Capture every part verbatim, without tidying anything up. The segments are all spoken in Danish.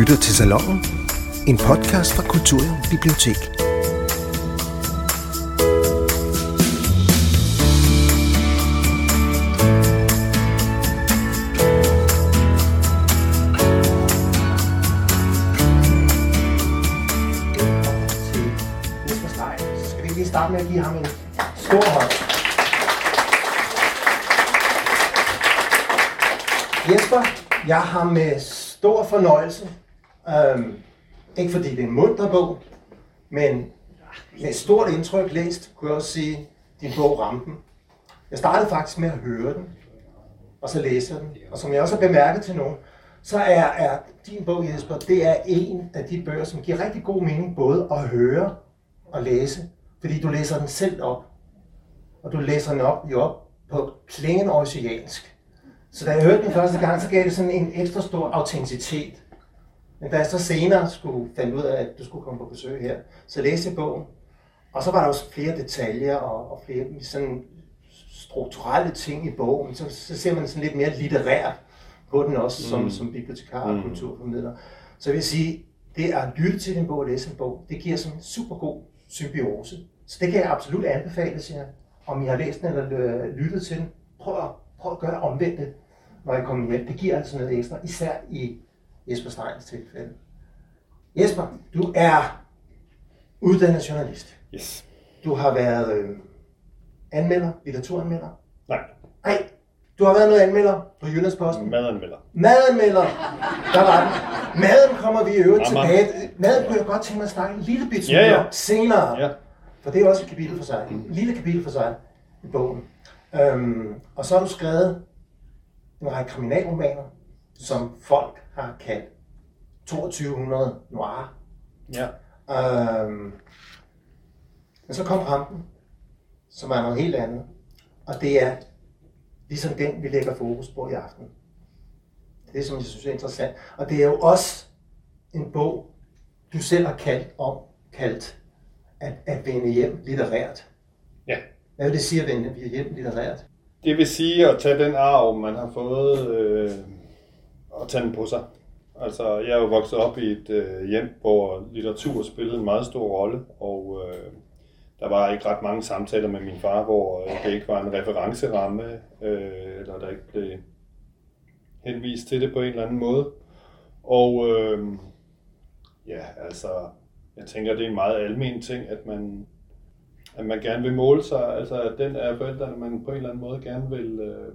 lytter til Salonen, en podcast fra Kulturium Bibliotek. Så skal vi lige starte med at give ham en stor hånd. Jesper, jeg har med stor fornøjelse, øhm, ikke fordi det er en munter bog, men med stort indtryk læst, kunne jeg også sige, din bog Rampen. Jeg startede faktisk med at høre den, og så læse den. Og som jeg også har bemærket til nogen, så er, er din bog, Jesper, det er en af de bøger, som giver rigtig god mening både at høre og læse, fordi du læser den selv op. Og du læser den op, jo op på klingende oceansk. Så da jeg hørte den første gang, så gav det sådan en ekstra stor autenticitet. Men da jeg så senere skulle finde ud af, at du skulle komme på besøg her, så læste jeg bogen. Og så var der også flere detaljer og, og flere sådan strukturelle ting i bogen. Så, så ser man sådan lidt mere litterært på den også, som, mm. som bibliotekar og kulturformidler. Så jeg vil sige, det at lytte til din bog og læse en bog, det giver sådan en super god symbiose. Så det kan jeg absolut anbefale, siger jeg. Om I har læst den eller lyttet til den, prøv at, prøv at gøre det omvendt, når I kommer hjem. Det giver altså noget ekstra, især i Jesper Steins tilfælde. Jesper, du er uddannet journalist. Yes. Du har været øh, anmelder, litteraturanmelder. Nej. Nej, du har været noget anmelder på Jyllandsposten. Madanmelder. Madanmelder. Der var den. Maden kommer vi i øvrigt Jamen. tilbage. Maden kunne jeg godt tænke mig at snakke en lille bit smule Ja, ja. om senere. Ja. For det er også et kapitel for sig. En lille kapitel for sig i bogen. Øhm, og så har du skrevet en række kriminalromaner, som folk har kaldt toogtyve hundrede noir. Ja. Øhm, men så kom Rampen, som er noget helt andet. Og det er ligesom den, vi lægger fokus på i aften. Det er det, som jeg synes er interessant. Og det er jo også en bog, du selv har kaldt om, kaldt at, at vende hjem litterært. Ja. Hvad vil det sige at vende hjem litterært? Det vil sige at tage den arv, man har fået, øh, og tage den på sig. Altså, jeg er jo vokset op i et øh, hjem, hvor litteratur spillede en meget stor rolle, og øh, der var ikke ret mange samtaler med min far, hvor øh, det ikke var en referenceramme, øh, eller der ikke blev henvist til det på en eller anden måde. Og øh, ja, altså, jeg tænker, det er en meget almen ting, at man, at man gerne vil måle sig, altså at den af forældrene, man på en eller anden måde gerne vil øh,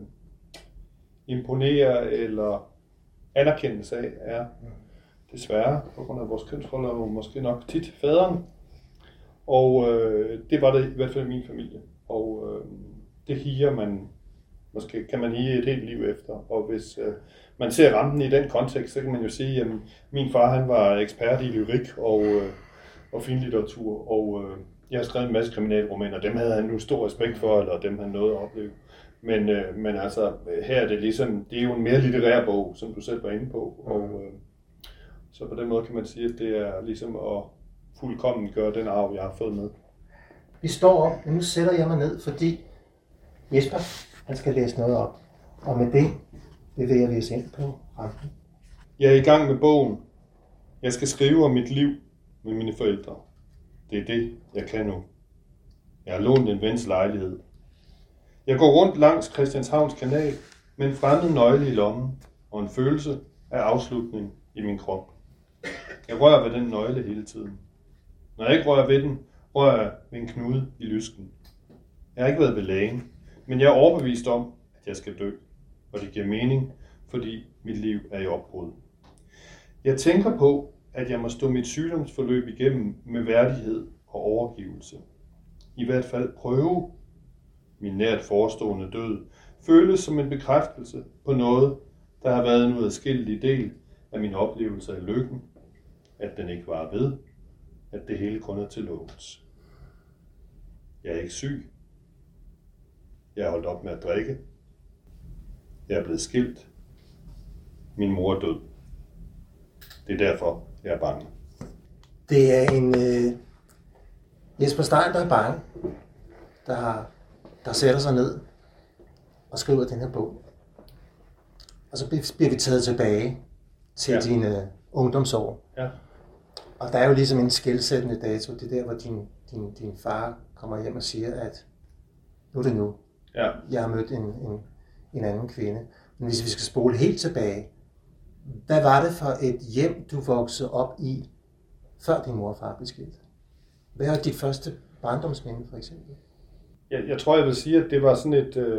imponere eller anerkendelse af, er desværre, på grund af vores kønsroller, jo måske nok tit faderen. Og øh, det var det i hvert fald i min familie. Og øh, det higer man, måske kan man hige et helt liv efter. Og hvis øh, man ser Rampen i den kontekst, så kan man jo sige, at min far han var ekspert i lyrik og, øh, og finlitteratur. Og øh, jeg har skrevet en masse kriminalromaner, dem havde han nu stor respekt for, eller dem han nåede at opleve. Men, øh, men altså, her er det ligesom, det er jo en mere litterær bog, som du selv var inde på. Og, øh, så på den måde kan man sige, at det er ligesom at fuldkommen gøre den arv, jeg har fået med. Vi står op, men nu sætter jeg mig ned, fordi Jesper, han skal læse noget op. Og med det bevæger vi os ind på Rampen. Jeg er i gang med bogen. Jeg skal skrive om mit liv med mine forældre. Det er det, jeg kan nu. Jeg har lånt en vens lejlighed. Jeg går rundt langs Christianshavns kanal med en fremmed nøgle i lommen og en følelse af afslutning i min krop. Jeg rører ved den nøgle hele tiden. Når jeg ikke rører ved den, rører jeg ved en knude i lysken. Jeg har ikke været ved lægen, men jeg er overbevist om, at jeg skal dø. Og det giver mening, fordi mit liv er i opbrud. Jeg tænker på, at jeg må stå mit sygdomsforløb igennem med værdighed og overgivelse. I hvert fald prøve. Min nært forestående død føles som en bekræftelse på noget, der har været en uadskillelig del af min oplevelse af lykken, at den ikke var ved, at det hele kun er til låns. Jeg er ikke syg. Jeg er holdt op med at drikke. Jeg er blevet skilt. Min mor er død. Det er derfor, jeg er bange. Det er en øh, Jesper Stein, der er bange, der, har, der sætter sig ned og skriver den her bog. Og så bliver vi taget tilbage til ja. dine ungdomsår. Ja. Og der er jo ligesom en skelsættende dato. Det er der, hvor din, din, din far kommer hjem og siger, at nu er det nu. Ja. Jeg har mødt en, en, en anden kvinde. Men hvis vi skal spole helt tilbage, hvad var det for et hjem, du voksede op i, før din mor og far blev skilt? Hvad var dit første barndomsminde, for eksempel? Jeg, jeg tror, jeg vil sige, at det var sådan et, øh,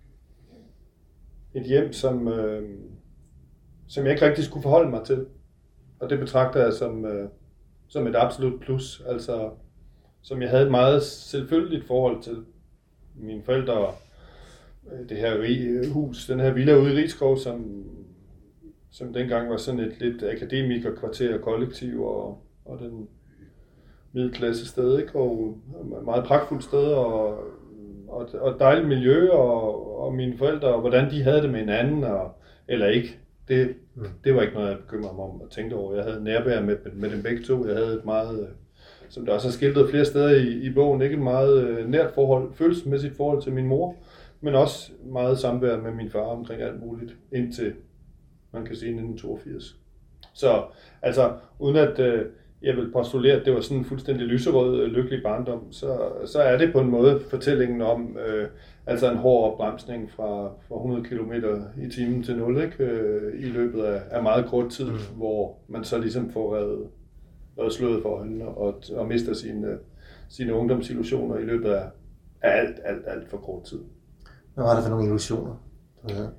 et hjem, som, øh, som jeg ikke rigtig skulle forholde mig til. Og det betragter jeg som, øh, som et absolut plus. Altså, som jeg havde et meget selvfølgeligt forhold til. Mine forældre var det her hus, den her villa ude i Rigskov, som, som dengang var sådan et lidt akademikerkvarter og kollektiv, og, og den middelklasse sted, ikke? Og et meget pragtfuldt sted, og, og, og dejligt miljø, og, og mine forældre, og hvordan de havde det med hinanden, og, eller ikke. Det, det var ikke noget, jeg bekymrede mig om at tænke over. Jeg havde nærvær med, med dem begge to. Jeg havde et meget, som der også er skiltet flere steder i, i bogen, ikke et meget nært forhold, følelsesmæssigt forhold til min mor, men også meget samvær med min far omkring alt muligt, indtil, man kan sige, nitten toogfirs. Så altså, uden at øh, jeg vil postulere, at det var sådan en fuldstændig lyserød, lykkelig barndom, så, så er det på en måde fortællingen om øh, altså en hård opbremsning fra, fra hundrede kilometer i timen til nul, ikke? Øh, i løbet af, af meget kort tid, mm. hvor man så ligesom får reddet, reddet sløret for øjnene og, og mister sine, sine ungdomsillusioner i løbet af, af alt, alt, alt for kort tid. Hvad var det for nogle illusioner, du havde?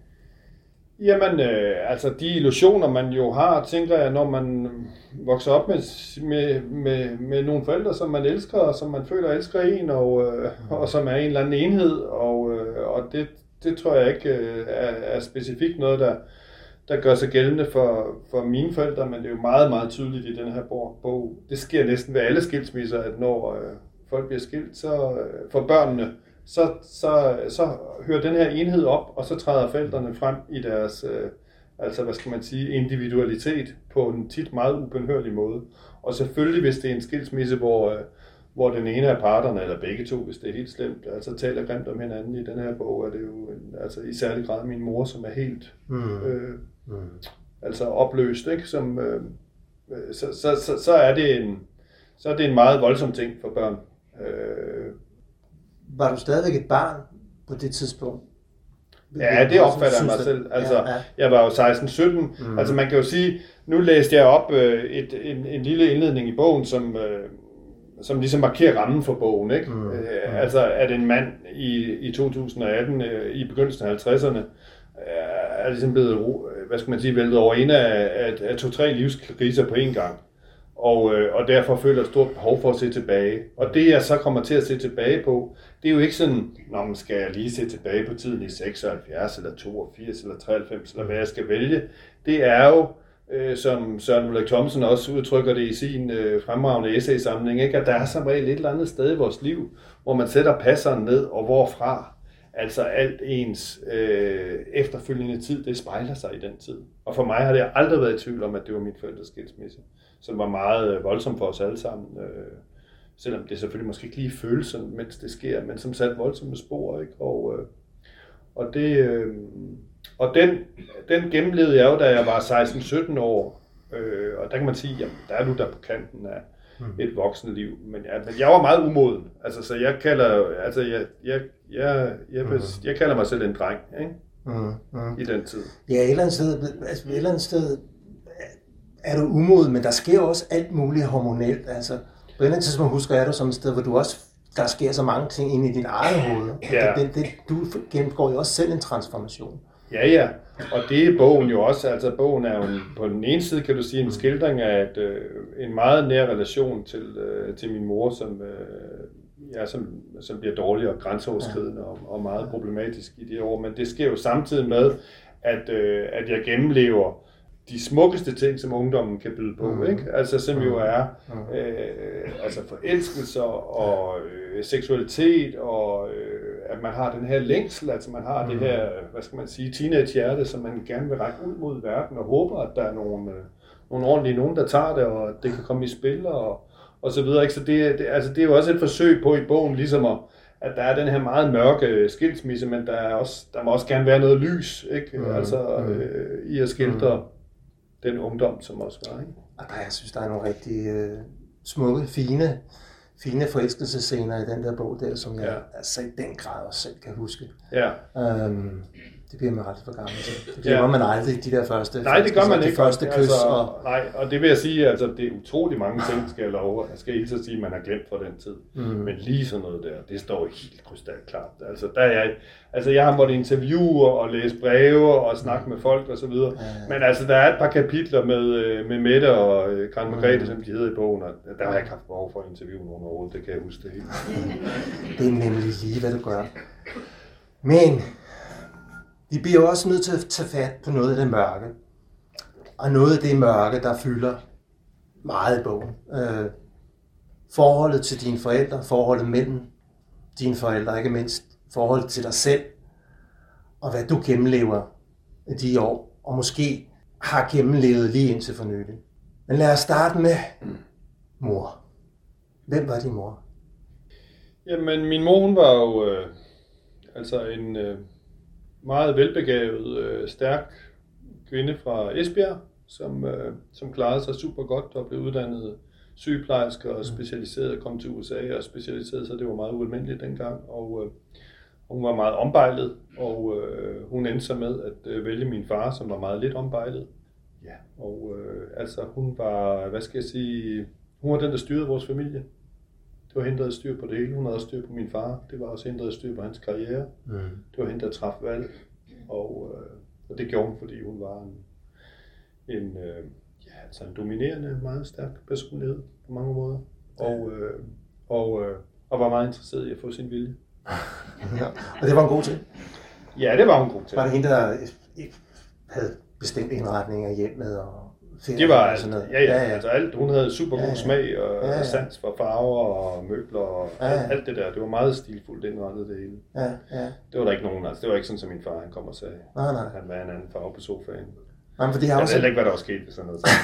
Jamen, øh, altså de illusioner, man jo har, tænker jeg, når man vokser op med, med, med, med nogle forældre, som man elsker, og som man føler elsker en, og, øh, og som er en eller anden enhed, og, øh, og det, det tror jeg ikke øh, er, er specifikt noget, der, der gør sig gældende for, for mine forældre, men det er jo meget, meget tydeligt i den her bog. Det sker næsten ved alle skilsmisser, at når øh, folk bliver skilt, så øh, for børnene, Så, så, så hører den her enhed op, og så træder forældrene frem i deres, øh, altså hvad skal man sige, individualitet på en tit meget ubenhørlig måde. Og selvfølgelig, hvis det er en skilsmisse, hvor, øh, hvor den ene af parterne, eller begge to, hvis det er helt slemt, altså taler grimt om hinanden i den her bog, er det jo en, altså i særlig grad min mor, som er helt mm. Øh, mm. altså opløst, ikke? Som, øh, så, så, så, så, er det en, så er det en meget voldsom ting for børn. Øh, Var du stadigvæk et barn på det tidspunkt? Ja, det opfatter jeg mig selv. Altså, ja, ja. Jeg var jo seksten sytten. Mm. Altså, man kan jo sige, nu læste jeg op øh, et, en, en lille indledning i bogen, som, øh, som ligesom markerer rammen for bogen, ikke? Mm. Øh, altså, at en mand i, i to tusind og atten, øh, i begyndelsen af halvtredserne, øh, er ligesom blevet, hvad skal man sige, væltet over en af, af, af to-tre livskriser på én gang. Og, øh, og derfor føler et stort behov for at se tilbage. Og det, jeg så kommer til at se tilbage på, det er jo ikke sådan, når man skal lige se tilbage på tiden i seksoghalvfjerds, eller toogfirs, eller treoghalvfems, eller hvad jeg skal vælge. Det er jo, øh, som Søren Ulrik Thomsen også udtrykker det i sin øh, fremragende essaysamling, ikke? At der er som regel et eller andet sted i vores liv, hvor man sætter passeren ned, og hvorfra altså alt ens øh, efterfølgende tid, det spejler sig i den tid. Og for mig har det aldrig været i tvivl om, at det var mit forældres skilsmisse, som var meget voldsomt for os alle sammen. Øh, selvom det selvfølgelig måske ikke lige føles sådan, mens det sker, men som satte voldsomme spor, ikke? Og, øh, og, det, øh, og den, den gennemlevede jeg jo, da jeg var seksten sytten år. Øh, og der kan man sige, jamen, der er du der på kanten af et voksenliv. Men jeg, men jeg var meget umoden. Altså, så jeg kalder, altså, jeg, jeg, jeg, jeg, jeg, jeg kalder mig selv en dreng, ikke? Mm, mm. I den tid. Ja, et eller andet sted, altså, et eller andet sted er du umoden, men der sker også alt muligt hormonelt. Altså, på et eller andet tidspunkt husker jeg dig som et sted, hvor du også, der sker så mange ting inde i din eget hoved. Ja. Det, det, du gennemgår jo også selv en transformation. Ja, ja. Og det er bogen jo også. Altså, bogen er jo en, på den ene side, kan du sige, en skildring af et, øh, en meget nær relation til, øh, til min mor, som, øh, ja, som, som bliver dårlig og grænseoverskridende og, og meget problematisk i de år. Men det sker jo samtidig med, at, øh, at jeg gennemlever de smukkeste ting, som ungdommen kan byde på, mm. ikke? Altså, som jo er øh, altså forelskelser og øh, seksualitet, og øh, at man har den her længsel, altså man har mm. det her, hvad skal man sige, teenage-hjerte, som man gerne vil række ud mod verden, og håber, at der er nogle, øh, nogle ordentlige nogen, der tager det, og det kan komme i spil, og, og så videre, ikke? Så det, det, altså, det er jo også et forsøg på i bogen, ligesom at, at der er den her meget mørke skilsmisse, men der, er også, der må også gerne være noget lys, ikke? Mm. Altså øh, i at skildre den ungdom, som også var. Ikke? Og der, jeg synes, der er nogle rigtig øh, smukke, fine, fine forelskelsescener i den der bog der, som jeg ja. altså i den grad også selv kan huske. Ja. Øhm, det bliver man ret for gammel til. Det glemmer ja. man aldrig, de der første. Nej, det gør man de ikke. første kys. Altså, og... Nej, og det vil jeg sige, altså det er utrolig mange ting, skal jeg love. Jeg skal ikke så sige, at man har glemt fra den tid. Mm. Men lige sådan noget der, det står helt krystalklart. Altså, der er jeg, altså jeg har måttet interviewe og læse breve og snakke med folk og så videre. Ja. Men altså, der er et par kapitler med, med Mette og Karen Margrethe, mm. som de hedder i bogen, og der har jeg ikke haft behov for at interviewe nogen overhovedet. Det kan jeg huske det hele. Det er nemlig lige, hvad du gør. Men vi bliver også nødt til at tage fat på noget af det mørke. Og noget af det mørke, der fylder meget i bogen. Øh, forholdet til dine forældre, forholdet mellem dine forældre, ikke mindst forholdet til dig selv, og hvad du gennemlever i de år, og måske har gennemlevet lige indtil for nylig. Men lad os starte med mor. Hvem var din mor? Jamen, min mor, hun var jo øh, altså en øh, meget velbegavet, øh, stærk kvinde fra Esbjerg, som, øh, som klarede sig super godt og blev uddannet sygeplejerske og specialiseret, kom til U S A og specialiserede sig. Det var meget ualmindeligt dengang, og øh, hun var meget ombejlet, og øh, hun endte sig med at øh, vælge min far, som var meget lidt ombejlet. Ja, og øh, altså hun var, hvad skal jeg sige, hun var den, der styrede vores familie. Det var hende, der havde styr på det hele. Hun havde også styr på min far. Det var også hende, der havde styr på hans karriere. Mm. Det var hende, der traf valg. Og, øh, og det gjorde hun, fordi hun var en, en, øh, ja, altså en dominerende, meget stærk personlighed på mange måder. Og, øh, og, øh, og var meget interesseret i at få sin vilje. Ja, og det var en god til? Ja, det var hun god til. Var det hende, der havde bestemt indretning af hjemmet og det var alt. Ja, ja, ja, ja. Altså alt. Hun havde super god ja, ja. smag og, ja, ja. og sans for farver og møbler og ja, ja. alt det der. Det var meget stilfuldt indrettet det hele. Ja, ja. Det var der ikke nogen, altså det var ikke sådan, som min far han kom og sagde. Nej, nej. Han var en anden farve på sofaen. Jamen, for de har jeg også... ved heller ikke, hvad der var sket ved sådan noget.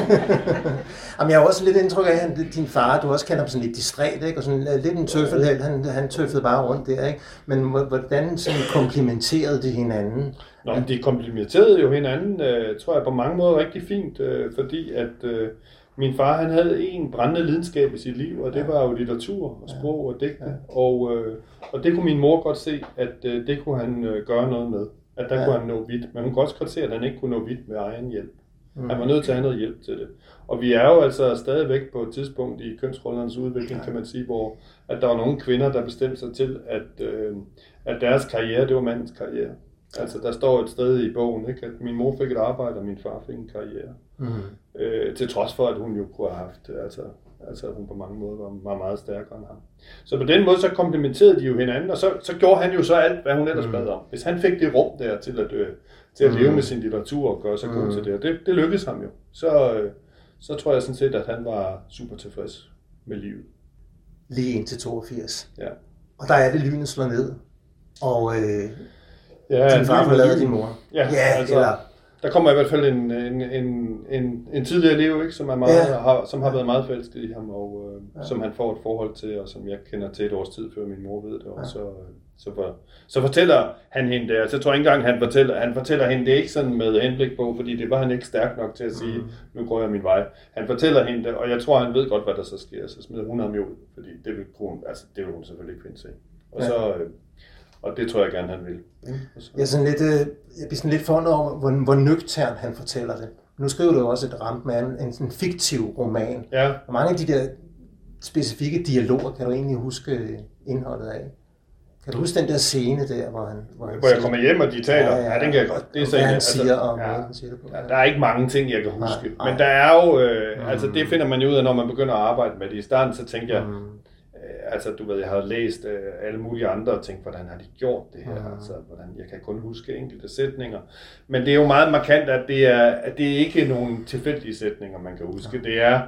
Jamen, jeg har også lidt indtryk af, at din far, du også kender ham sådan lidt distræt, ikke? Og sådan lidt en tøffelhelt, han, han tøffede bare rundt der, ikke? Men hvordan sådan komplimenterede de hinanden? Nå, men de komplimenterede jo hinanden, øh, tror jeg, på mange måder rigtig fint, øh, fordi at øh, min far, han havde en brændende lidenskab i sit liv, og det var jo litteratur og sprog og digte, og, øh, og det kunne min mor godt se, at øh, det kunne han øh, gøre noget med. At der ja. kunne han nå vidt, men hun kunne også godt se, at han ikke kunne nå vidt med egen hjælp. Mm. Han var nødt til at have noget hjælp til det. Og vi er jo altså stadigvæk på et tidspunkt i kønsrollernes udvikling, kan man sige, hvor at der var nogle kvinder, der bestemte sig til, at, øh, at deres karriere, det var mandens karriere. Altså der står et sted i bogen, ikke, at min mor fik et arbejde, og min far fik en karriere. Mm. Øh, til trods for, at hun jo kunne have haft, altså, altså hun på mange måder var, var meget stærkere end ham. Så på den måde, så komplementerede de jo hinanden, og så, så gjorde han jo så alt, hvad hun ellers mm. bad om. Hvis han fik det rum der til at, øh, til at mm. leve med sin litteratur og gøre sig god mm. til det, og det, det lykkedes ham jo. Så, øh, så tror jeg sådan set, at han var super tilfreds med livet. Lige indtil toogfirs. Ja. Og der er det, lynet slår ned. Og øh, ja, din far forlader din mor. Ja, ja altså, eller... der kommer i hvert fald en, en, en, en, en tidligere liv, ikke, som, er meget, ja. har, som har været meget forelsket i ham, og øh, ja. som han får et forhold til, og som jeg kender til et års tid, før min mor ved det. Og ja. så, så, for, så fortæller han hende det. Altså, jeg tror ikke engang, han fortæller, han fortæller hende det ikke sådan med henblik på, fordi det var han ikke stærk nok til at sige, mm. nu går jeg min vej. Han fortæller hende det, og jeg tror, han ved godt, hvad der så sker. Så smider hun ham jo ud, fordi det vil hun, altså, det vil hun selvfølgelig ikke finde sig. Og ja. så... Øh, Og det tror jeg gerne, han vil. Jeg er sådan lidt, jeg bliver sådan lidt forundret over, hvor, hvor nøgtern han fortæller det. Nu skriver du også et ramt med en, en fiktiv roman. Ja. Og mange af de der specifikke dialoger, kan du egentlig huske indholdet af? Kan du huske den der scene der, hvor han... Hvor, han hvor jeg kommer hjem, og de taler? Ja, ja, ja, ja det kan jeg godt. Det er hvad han altså, siger om ja, noget, han siger det på. Ja, der er ikke mange ting, jeg kan huske. Nej, nej. Men der er jo... Øh, mm. Altså, det finder man jo ud af, når man begynder at arbejde med det. I starten, så tænkte jeg... Mm. Altså, du ved, jeg har læst øh, alle mulige andre og tænkt, hvordan har de gjort det her? Ja. Altså, hvordan, jeg kan kun huske enkelte sætninger. Men det er jo meget markant, at det er, at det er ikke nogen tilfældige sætninger, man kan huske. Ja. Det er,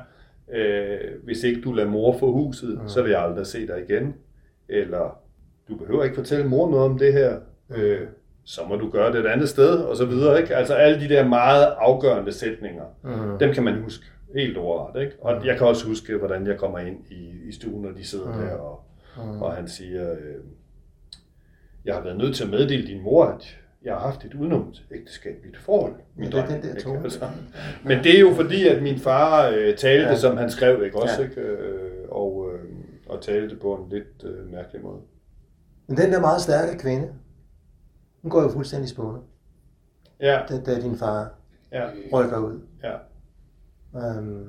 øh, hvis ikke du lader mor få huset, ja. så vil jeg aldrig se dig igen. Eller, du behøver ikke fortælle mor noget om det her. Øh, så må du gøre det et andet sted, og så videre. Ikke? Altså, alle de der meget afgørende sætninger, ja. dem kan man huske. Helt ordret, ikke? Og jeg kan også huske, hvordan jeg kommer ind i, i stuen, og de sidder mm. der, og, mm. og han siger, øh, jeg har været nødt til at meddele din mor, at jeg har haft et udenomsægteskabeligt forhold. Men det er den der tone. Altså. Men det er jo fordi, at min far øh, talte, ja. som han skrev, ikke også? Ja. Ikke? Øh, og, øh, og talte på en lidt øh, mærkelig måde. Men den der meget stærke kvinde, hun går jo fuldstændig i spåne. Ja. Da, da din far ja. rykker ud. Ja. Øhm,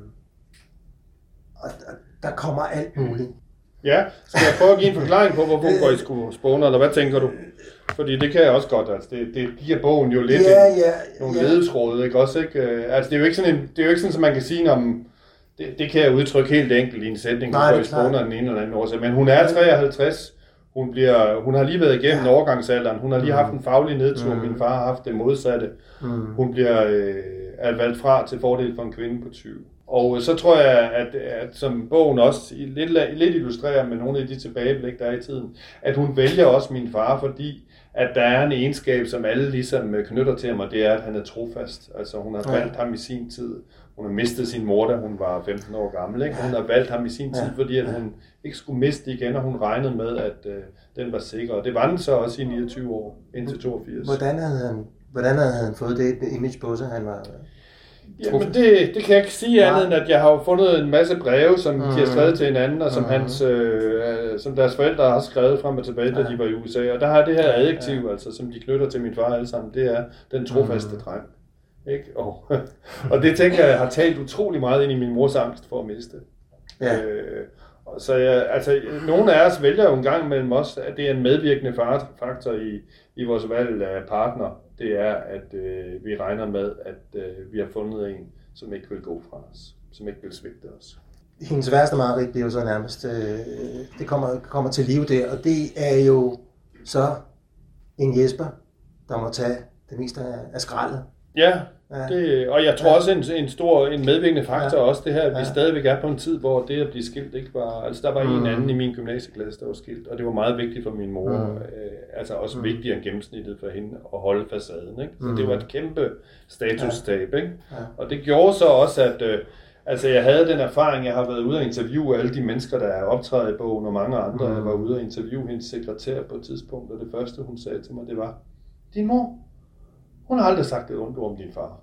og der, der kommer alt muligt. Ja, skal jeg prøve at give en forklaring på, hvorfor hun går i spåne, eller hvad tænker du? Fordi det kan jeg også godt, altså det, det giver bogen jo lidt ja, en, ja, nogle ja. ledetråde, ikke også, ikke? Altså det er jo ikke sådan, en, det er jo ikke sådan, som man kan sige, om det, det kan jeg udtrykke helt enkelt i en sætning, hun går i spåne af den ene eller anden årsag, men hun er treoghalvtreds, hun, bliver, hun har lige været igennem ja. overgangsalderen, hun har lige haft en faglig nedtur, mm. min far har haft det modsatte, mm. hun bliver øh, valgt fra til fordel for en kvinde på tyve. Og så tror jeg, at, at som bogen også lidt, lidt illustrerer med nogle af de tilbageblik, der er i tiden, at hun vælger også min far, fordi at der er en egenskab, som alle ligesom knytter til ham, og det er, at han er trofast. Altså hun har valgt ja. ham i sin tid. Hun har mistet sin mor, da hun var femten år gammel. Ikke? Hun har valgt ham i sin tid, fordi at hun ikke skulle miste igen, og hun regnede med, at øh, den var sikker. Og det var den så også i niogtyve år, indtil toogfirs. Hvordan havde han, hvordan havde han fået det image på sig, han var... Jamen det, det kan jeg ikke sige andet end, at jeg har fundet en masse breve, som mm. de har skrevet til hinanden, og som, mm. hans, øh, som deres forældre har skrevet frem og tilbage, da de var i U S A. Og der har det her adjektiv, ja. altså, som de knytter til min far alle sammen, det er den trofaste mm. dreng. Ikke? Og, og det tænker jeg har talt utrolig meget ind i min mors angst for at miste. Ja. Øh, så jeg, altså, nogle af os vælger jo en gang mellem os, at det er en medvirkende faktor i, i vores valg af partner. Det er, at øh, vi regner med, at øh, vi har fundet en, som ikke vil gå fra os, som ikke vil svigte os. Hendes værste mareridt bliver jo så nærmest, øh, det kommer, kommer til live der, og det er jo så en Jesper, der må tage det meste af, af skraldet. Ja, ja. Det, og jeg tror ja. også en, en stor en medvirkende faktor ja. også det her, at vi ja. stadigvæk er på en tid, hvor det at blive skilt ikke var, altså der var mm. en anden i min gymnasieklasse, der var skilt, og det var meget vigtigt for min mor, mm. øh, altså også mm. vigtigere end gennemsnittet for hende at holde facaden, ikke? Så mm. det var et kæmpe statustab, ikke? Ja. Og det gjorde så også, at øh, altså jeg havde den erfaring, jeg har været ude og interviewe alle de mennesker, der er optrædet i bogen, og mange andre, mm. jeg var ude og interviewe hendes sekretær på et tidspunkt, og det første hun sagde til mig, det var, din mor, hun har aldrig sagt et ondt ord om din far.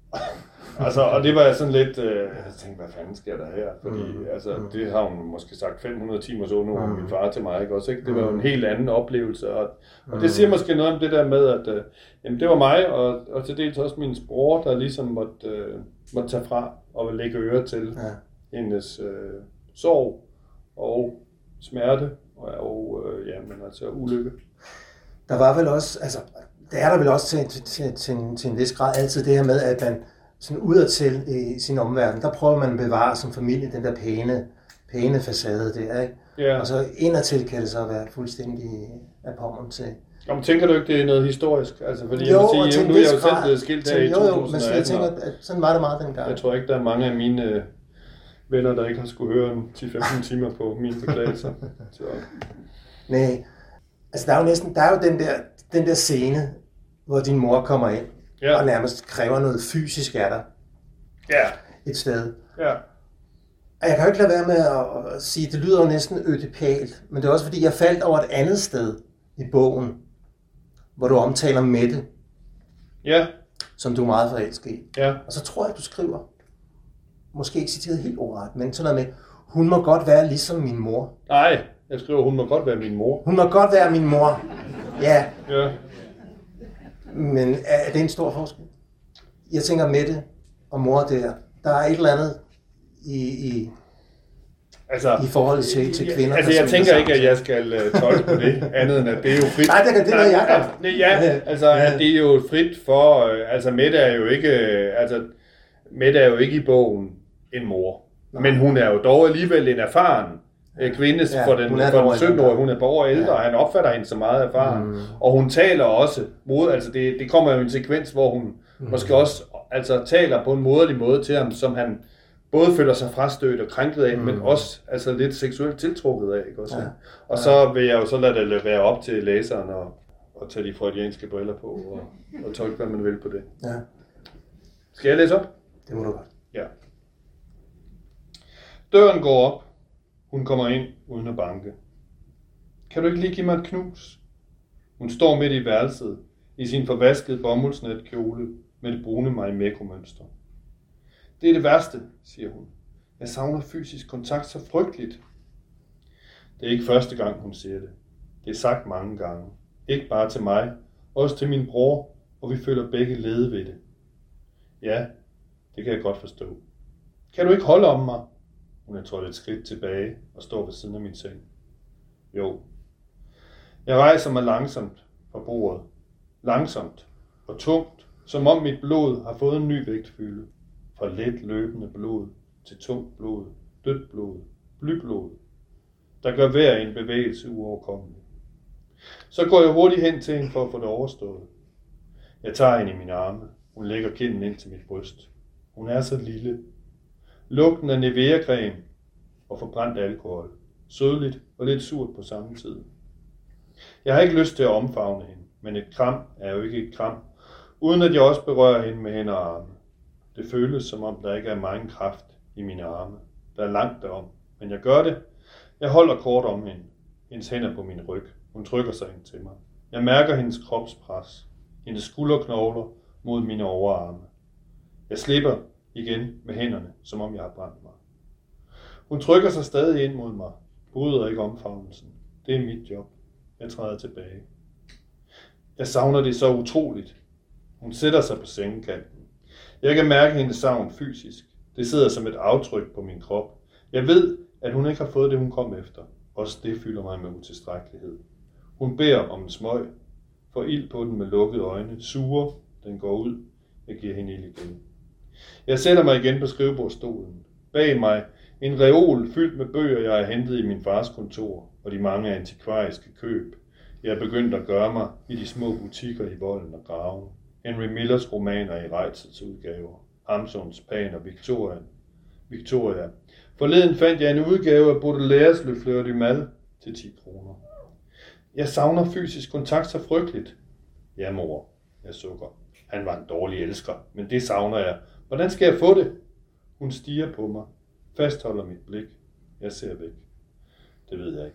altså, og det var sådan lidt, øh, jeg tænkte, hvad fanden sker der her? Fordi mm. altså, det har hun måske sagt fem hundrede timers ondt ord om min far til mig, ikke også? Ikke? Det var jo en helt anden oplevelse, og, og det siger måske noget om det der med, at øh, jamen, det var mig, og, og til dels også min bror, der ligesom måtte, øh, måtte tage fra og lægge øre til ja. hendes øh, sorg og smerte og, og øh, ja, men altså ulykke. Der var vel også, altså, det er der vel også til, til, til, til, en, til en vis grad altid det her med, at man sådan udadtil i sin omverden, der prøver man at bevare som familie den der pæne, pæne facade der, ikke? Yeah. Og så indadtil kan det så være fuldstændig af pommeren til. Jamen, tænker du ikke, det er noget historisk? Altså, fordi jo, jeg vil sige, nu er jeg jo selv blevet skilt her i to tusind atten. Jo, men jeg tænker, at sådan var det meget dengang. Jeg tror ikke, der er mange af mine venner, der ikke har skulle høre en ti til femten timer på mine beklagelser. Så. Nej, altså der er jo næsten, der er jo den der, den der scene, hvor din mor kommer ind, ja. og nærmest kræver noget fysisk af dig. Ja. Et sted. Ja. Og jeg kan jo ikke lade være med at, at sige, at det lyder jo næsten ødipalt, men det er også fordi, jeg faldt over et andet sted i bogen, hvor du omtaler Mette, ja. som du er meget forelsket i. Ja. Og så tror jeg, du skriver, måske ikke citeret helt ordret, men sådan noget med, hun må godt være ligesom min mor. Nej, jeg skriver, hun må godt være min mor. Hun må godt være min mor. Ja. Ja. Men er det en stor forskel? Jeg tænker Mette og mor der, der er et eller andet i, i, altså, i forhold til, til kvinder. Altså jeg tænker ikke, at jeg skal uh, tolke på det, andet end at det er jo frit. Nej, det er det, noget, jeg gør. Ja, altså ja. Det er jo frit for, uh, altså Mette er jo ikke, uh, altså Mette er jo ikke i bogen en mor, nej. Men hun er jo dog alligevel en erfaren kvinde ja, for den, for den sytten-årige, hun er på år ældre, ja. Og han opfatter hende så meget erfaren. Mm. Og hun taler også, mod, altså det, det kommer jo i en sekvens, hvor hun mm. måske også altså, taler på en moderlig måde til ham, som han både føler sig frastødt og krænket af, mm. men også altså, lidt seksuelt tiltrukket af. Ikke også? Ja. Og ja. Så vil jeg jo så lade det være op til læseren og, og tage de freudianske briller på og, og tolke, hvad man vil på det. Ja. Skal jeg læse op? Det må du godt. Ja. Døren går op. Hun kommer ind uden at banke. Kan du ikke lige give mig et knus? Hun står midt i værelset. i sin forvaskede bomuldsnetkjole med det brune Marimekko-mønster. Det er det værste, siger hun. Jeg savner fysisk kontakt så frygteligt. Det er ikke første gang, hun siger det. Det er sagt mange gange. Ikke bare til mig, også til min bror, og vi føler begge lede ved det. Ja, det kan jeg godt forstå. Kan du ikke holde om mig? Hun er trådt et skridt tilbage og står ved siden af min seng. Jo. Jeg rejser mig langsomt fra bordet. Langsomt og tungt, som om mit blod har fået en ny vægtfylde. Fra let løbende blod til tungt blod, dødt blod, blyblod, der gør hver en bevægelse uoverkommelig. Så går jeg hurtigt hen til hende for at få det overstået. Jeg tager hende i mine arme. Hun lægger kinden ind til mit bryst. Hun er så lille. Lugten af Nivea-creme og forbrændt alkohol. Sødligt og lidt surt på samme tid. Jeg har ikke lyst til at omfavne hende, men et kram er jo ikke et kram, uden at jeg også berører hende med hænder og arme. Det føles, som om der ikke er meget kraft i mine arme. Der er langt derom, men jeg gør det. Jeg holder kort om hende. Hendes hænder på min ryg. Hun trykker sig ind til mig. Jeg mærker hendes kropspres. Hendes skulderknogler mod mine overarme. Jeg slipper igen med hænderne, som om jeg har brændt mig. Hun trykker sig stadig ind mod mig. Bryder ikke omfavnelsen. Det er mit job. Jeg træder tilbage. Jeg savner det så utroligt. Hun sætter sig på sengekanten. Jeg kan mærke hendes savn fysisk. Det sidder som et aftryk på min krop. Jeg ved, at hun ikke har fået det, hun kom efter. Også det fylder mig med utilstrækkelighed. Hun beder om en smøg. Får ild på den med lukkede øjne. Suger. Den går ud. Jeg giver hende ild igen. Jeg sætter mig igen på skrivebordsstolen. Bag mig en reol fyldt med bøger, jeg har hentet i min fars kontor, og de mange antikvariske køb. Jeg er begyndt at gøre mig i de små butikker i Volden og Graven. Henry Millers romaner i Reitzels udgaver. Hamsuns, Pan og Victoria. Victoria. Forleden fandt jeg en udgave af Baudelaire's Le Fleur du Mal til ti kroner. Jeg savner fysisk kontakt så frygteligt. Ja, mor. Jeg sukker. Han var en dårlig elsker, men det savner jeg. Hvordan skal jeg få det? Hun stiger på mig. Fastholder mit blik. Jeg ser væk. Det ved jeg ikke.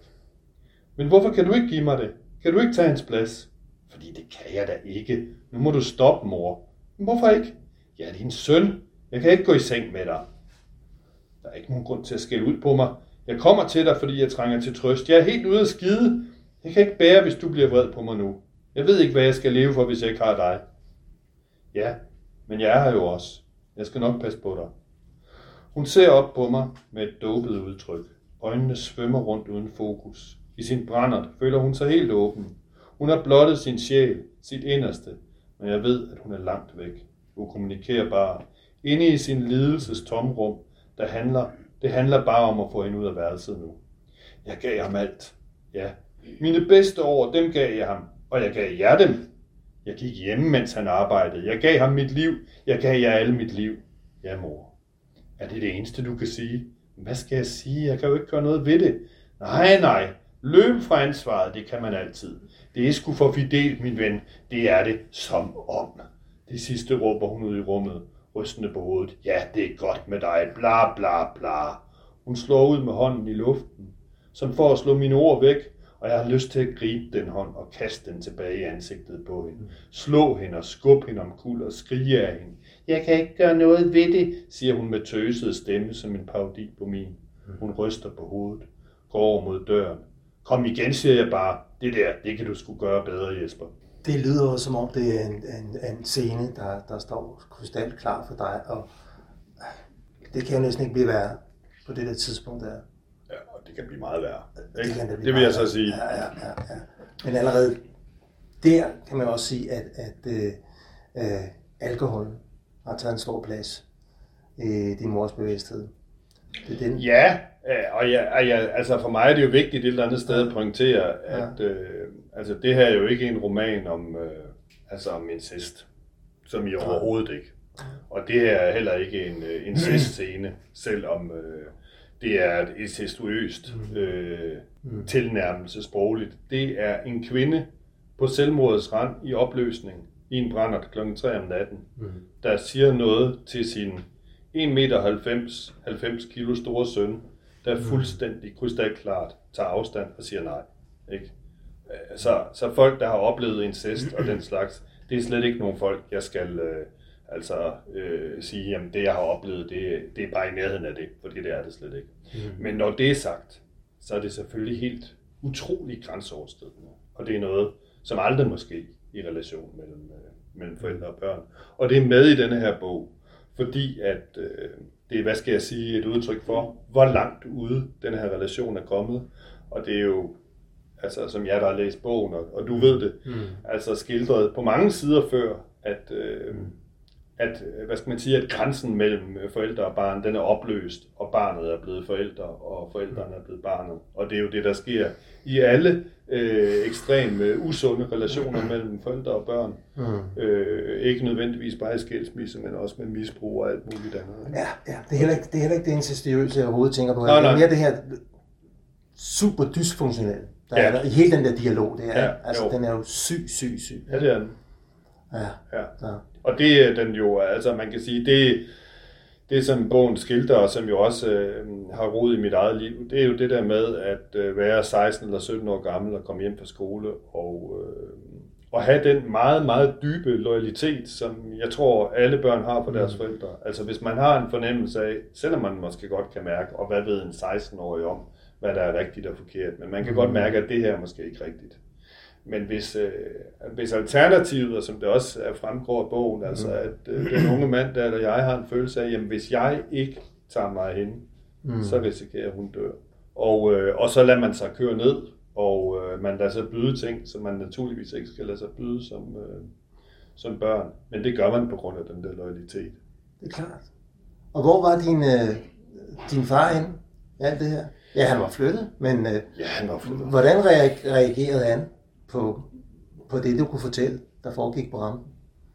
Men hvorfor kan du ikke give mig det? Kan du ikke tage hans plads? Fordi det kan jeg da ikke. Nu må du stoppe, mor. Men hvorfor ikke? Jeg er din søn. Jeg kan ikke gå i seng med dig. Der er ikke nogen grund til at skælde ud på mig. Jeg kommer til dig, fordi jeg trænger til trøst. Jeg er helt ude at skide. Jeg kan ikke bære, hvis du bliver vred på mig nu. Jeg ved ikke, hvad jeg skal leve for, hvis jeg ikke har dig. Ja, men jeg er her jo også. Jeg skal nok passe på dig. Hun ser op på mig med et dopet udtryk. Øjnene svømmer rundt uden fokus. I sin brændert føler hun sig helt åben. Hun har blottet sin sjæl, sit inderste, men jeg ved, at hun er langt væk. Ukommunikerbar. Inde i sin lidelses tomrum, der handler, det handler bare om at få hende ud af værelset nu. Jeg gav ham alt. Ja, mine bedste år, dem gav jeg ham. Og jeg gav jer dem. Jeg gik hjemme, mens han arbejdede. Jeg gav ham mit liv. Jeg gav jer alle mit liv. Ja, mor. Er det det eneste, du kan sige? Hvad skal jeg sige? Jeg kan jo ikke gøre noget ved det. Nej, nej. Løb fra ansvaret, det kan man altid. Det er sgu for fidelt, min ven. Det er det som om. Det sidste råber hun ud i rummet, rystende på hovedet. Ja, det er godt med dig. Bla, bla, bla. Hun slår ud med hånden i luften, som for at slå mine ord væk, og jeg har lyst til at gribe den hånd og kaste den tilbage i ansigtet på hende. Slå hende og skubbe hende omkuld og skrige af hende. Jeg kan ikke gøre noget ved det, siger hun med tøset stemme som en parodi på min. Hun ryster på hovedet, går over mod døren. Kom igen, siger jeg bare. Det der, det kan du sgu gøre bedre, Jesper. Det lyder jo som om, det er en, en, en scene, der, der står krystal klar for dig, og det kan jo næsten ikke blive værre på det der tidspunkt der. Ja, og det kan blive meget værre. Det, kan det, det vil jeg så sige. Ja, ja, ja, ja. Men allerede der kan man også sige, at, at øh, øh, alkohol har taget en stor plads i din mors bevidsthed. Det er den. Ja, og ja, ja, altså for mig er det jo vigtigt et eller andet sted at pointere, at ja. øh, altså det her er jo ikke en roman om, øh, altså om incest, som i overhovedet ikke. Og det her er heller ikke en uh, incest-scene, selvom øh, det er et incestuøst øh, tilnærmelse sprogligt. Det er en kvinde på selvmordets rand i opløsning i en brændert klokken tre om natten, mm. der siger noget til sin en meter halvfems, halvfems kilo store søn, der er fuldstændig krystalklart tager afstand og siger nej. Ikke? Så, så folk, der har oplevet incest og den slags, det er slet ikke nogen folk, jeg skal øh, altså øh, sige, jamen det jeg har oplevet, det, det er bare i nærheden af det, for det er det slet ikke. Mm. Men når det er sagt, så er det selvfølgelig helt utrolig grænseoverskridende. Og det er noget, som aldrig må ske i relation mellem, øh, mellem forældre og børn. Og det er med i denne her bog, fordi at øh, det er, hvad skal jeg sige, et udtryk for, hvor langt ude denne her relation er kommet. Og det er jo, altså som jeg der har læst bogen, og, og du ved det, mm. altså skildret på mange sider før, at, øh, at, hvad skal man sige, at grænsen mellem forældre og barn, den er opløst, og barnet er blevet forældre, og forældrene er blevet barnet. Og det er jo det, der sker i alle øh, ekstreme, usunde relationer mellem forældre og børn. Mm. Øh, ikke nødvendigvis bare i skilsmisse, men også med misbrug og alt muligt andet. Ja, ja. Det er heller ikke det, er heller ikke det incestuøse, jeg overhovedet tænker på. Nej, det er nej. mere det her super dysfunktionelle, der ja. er der, i hele den der dialog. Det er, ja, altså, jo. den er jo syg, syg, syg. Ja, det er den. Ja, ja. ja. Og det er den jo, altså man kan sige, det, det som bogen skildrer, og som jo også øh, har rod i mit eget liv, det er jo det der med at øh, være seksten eller sytten år gammel og komme hjem fra skole og, øh, og have den meget, meget dybe loyalitet, som jeg tror alle børn har for deres mm. forældre. Altså hvis man har en fornemmelse af, selvom man måske godt kan mærke, og hvad ved en seksten-årig om, hvad der er rigtigt og forkert, men man kan mm. godt mærke, at det her er måske ikke rigtigt. Men hvis, øh, hvis alternativet, og som det også er fremgår af bogen, mm. altså at øh, den unge mand, der eller jeg har en følelse af, jamen hvis jeg ikke tager mig hen, mm. så risikerer hun dør. Og, øh, og så lader man sig køre ned, og øh, man lader sig byde ting, som man naturligvis ikke skal lade sig byde som, øh, som børn. Men det gør man på grund af den der loyalitet. Det er klart. Og hvor var din, øh, din far henne? Alt det her? Ja, han var flyttet, men øh, ja, han var flyttet. Hvordan reagerede han på, på det, du kunne fortælle, der foregik på rampen?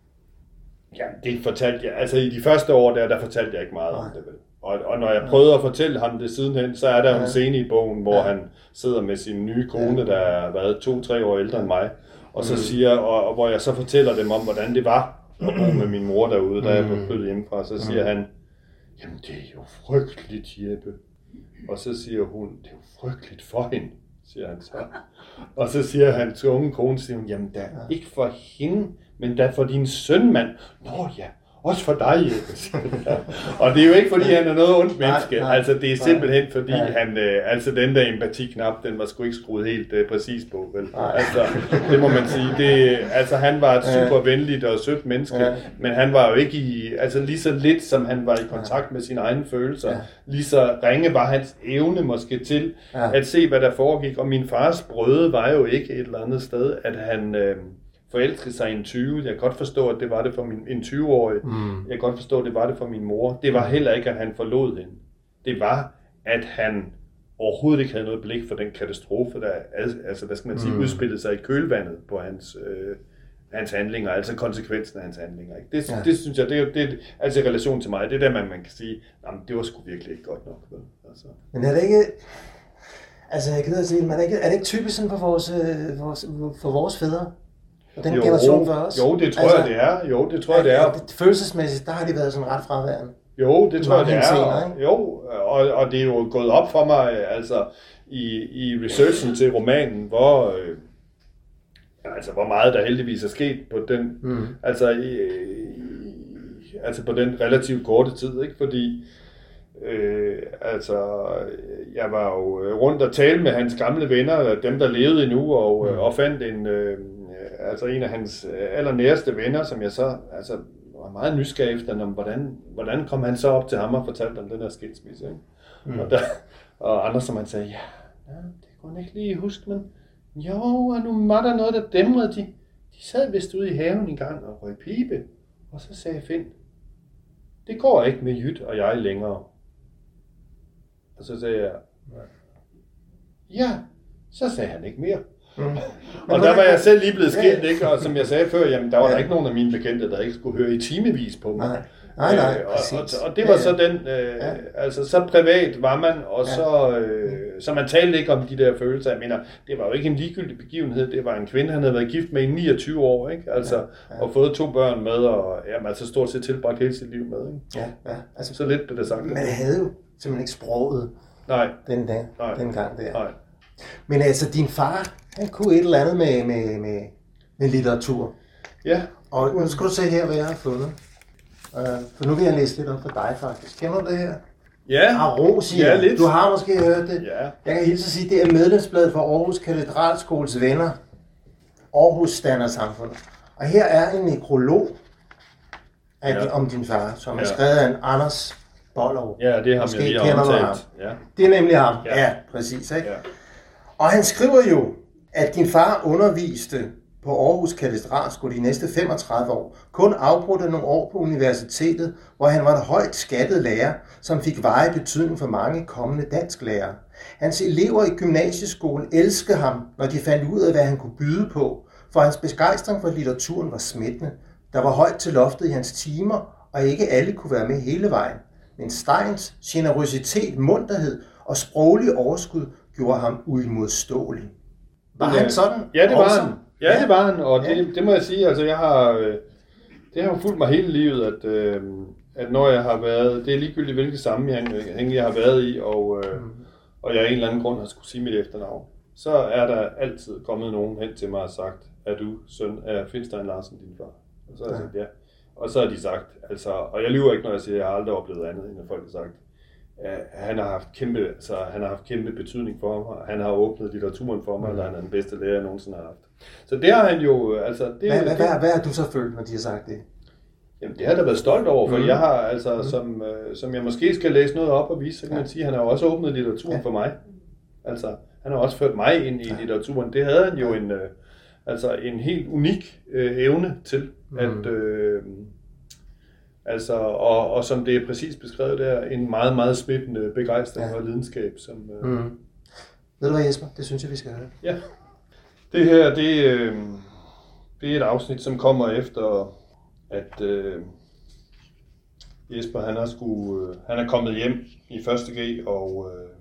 Ja, det fortalte jeg. Altså i de første år der, der fortalte jeg ikke meget Nej. om det vel. Og, og når jeg prøvede at fortælle ham det sidenhen, så er der ja. en scene i bogen, hvor ja. han sidder med sin nye kone, der er været to-tre år ældre end mig, og så siger, og, og hvor jeg så fortæller dem om, hvordan det var at bo med min mor derude, da jeg blev flyttet hjemmefra, så siger han, jamen det er jo frygteligt, Jeppe. Og så siger hun, det er jo frygteligt for hende, siger han så. Og så siger han til unge kone, siger hun, jamen da ikke for hende, men da for din søn, mand. Nå ja, også for dig, Jeppe. Og det er jo ikke, fordi han er noget ondt menneske. Nej, nej, altså det er simpelthen, fordi nej. han, øh, altså den der empati-knap, den var sgu ikke skruet helt øh, præcis på, vel? Altså, det må man sige. Det, altså han var et super venligt og sødt menneske, ja. men han var jo ikke i, altså lige så lidt, som han var i kontakt med sine egne følelser, ja. lige så ringe var hans evne måske til ja. at se, hvad der foregik. Og min fars brøde var jo ikke et eller andet sted, at han... Øh, forelskede sig i en tyve. Jeg kan godt forstå, at det var det for min, en tyve-årig. Mm. Jeg kan godt forstå, at det var det for min mor. Det var heller ikke, at han forlod hende. Det var, at han overhovedet ikke havde noget blik for den katastrofe, der altså, hvad skal man sige, mm. udspillede sig i kølvandet på hans, øh, hans handlinger, altså konsekvensen af hans handlinger. Ikke? Det, ja. det synes jeg, det er, det er altså i relation til mig, det er der, man, man kan sige, jamen, det var sgu virkelig ikke godt nok. Altså. Men er det ikke... Altså, jeg kan da sige, men er det ikke, er det ikke typisk sådan for vores, øh, vores, for vores fædre? Og den jo, generation for os. Jo, det tror altså, jeg, det er. Jo, det tror jeg, det er. Ja, det, følelsesmæssigt, der har de været sådan ret fraværende. Jo, det tror jeg, det er. Senere, jo, og, og det er jo gået op for mig, altså, i, i researchen til romanen, hvor, øh, altså, hvor meget der heldigvis er sket på den, mm. altså, i, i, altså på den relativt korte tid, ikke? Fordi, øh, altså, jeg var jo rundt og talte med hans gamle venner, dem der levede endnu, og, mm. og fandt en... Øh, altså en af hans allernæreste venner, som jeg så altså, var meget nysgerrig efter, om hvordan, hvordan kom han så op til ham og fortalte om den her skilsmisse. Ikke? Mm. Og, der, og andre, som han sagde, ja, ja, det kunne han ikke lige huske, men jo, og nu var der noget, der dæmrede. De, de sad vist ude i haven en gang og røg pibe, og så sagde Finn, det går ikke med Jyt og jeg længere. Og så sagde jeg, ja, så sagde han ikke mere. Mm. Og der var jeg selv lige blevet skilt, ikke? Og som jeg sagde før, jamen der var ja. der ikke nogen af mine bekendte, der ikke skulle høre i timevis på mig. Nej, nej, nej øh, og, og, og det var ja, ja. så den, øh, ja. altså så privat var man, og ja. så, øh, så man talte ikke om de der følelser. Jeg mener, det var jo ikke en ligegyldig begivenhed, det var en kvinde, han havde været gift med i niogtyve år, ikke? Altså, ja. Ja. og fået to børn med, og jamen, altså stort set tilbragt hele sit liv med, ikke? Ja, ja. Altså, så lidt blev det sagt. Man havde jo simpelthen ikke sproget nej. den, dag, nej. den gang der. Nej. Men altså, din far, han kunne et eller andet med, med, med, med litteratur. Ja. Og nu skal du se her, hvad jeg har fundet. Uh, for nu vil jeg læse lidt op for dig, faktisk. Kender du det her? Ja. Aro, siger Ja, lidt. Du har måske hørt det. Ja. Jeg kan hilse at sige, det er medlemsbladet for Aarhus Katedralskoles venner. Aarhus Standardsamfundet. Og her er en nekrolog af, Ja. om din far, som er Ja. skrevet af en Anders Boller. Ja, det har Måske jeg lige kender du ham. omtalt. Ja. Det er nemlig ham. Ja. Ja, præcis. Ikke? Ja. Og han skriver jo, at din far underviste på Aarhus Katedralskole de næste femogtredive år, kun afbrudte nogle år på universitetet, hvor han var en højt skattet lærer, som fik varig betydning for mange kommende dansklærere. Hans elever i gymnasieskolen elskede ham, når de fandt ud af, hvad han kunne byde på, for hans begejstring for litteraturen var smittende. Der var højt til loftet i hans timer, og ikke alle kunne være med hele vejen. Men Steins generøsitet, munterhed og sproglig overskud gjorde ham uimodståelig. Var Men, han sådan? Ja, det var også? han. Ja, det var han, og Ja. det, det må jeg sige, altså jeg har, øh, det har jo fulgt mig hele livet, at, øh, at når jeg har været, det er ligegyldigt hvilke sammenhæng jeg har været i, og, øh, Mm. og jeg af en eller anden grund har skulle sige mit efternavn, så er der altid kommet nogen hen til mig og sagt, er du søn af Finstein Larsen, din far? Og så har jeg sagt ja. Og så har de sagt, altså, og jeg lyver ikke, når jeg siger, at jeg har aldrig oplevet andet, end at folk har sagt, at han har haft kæmpe, altså, han har haft kæmpe betydning for mig, han har åbnet litteraturen for mig, mm. eller han er den bedste lærer, jeg nogensinde har haft. Så det har han jo, altså... Det, Hvad, hvad, det, hvad, hvad har du så følt, når de har sagt det? Jamen, det har jeg da været stolt over, for mm. jeg har, altså, Mm. som, øh, som jeg måske skal læse noget op og vise, så kan Ja. man sige, at han har jo også åbnet litteraturen Ja. for mig. Altså, han har også ført mig ind i Ja. litteraturen. Det havde han jo en, øh, altså, en helt unik øh, evne til, Mm. at... Øh, Altså, og, og som det er præcis beskrevet der, en meget, meget smittende begejstring Ja. og lidenskab. Som, øh... Mm. Ved du hvad, Jesper? Det synes jeg, vi skal høre. Ja. Det her, det, øh, det er et afsnit, som kommer efter, at øh, Jesper, han er, sku, øh, han er kommet hjem i første G og øh,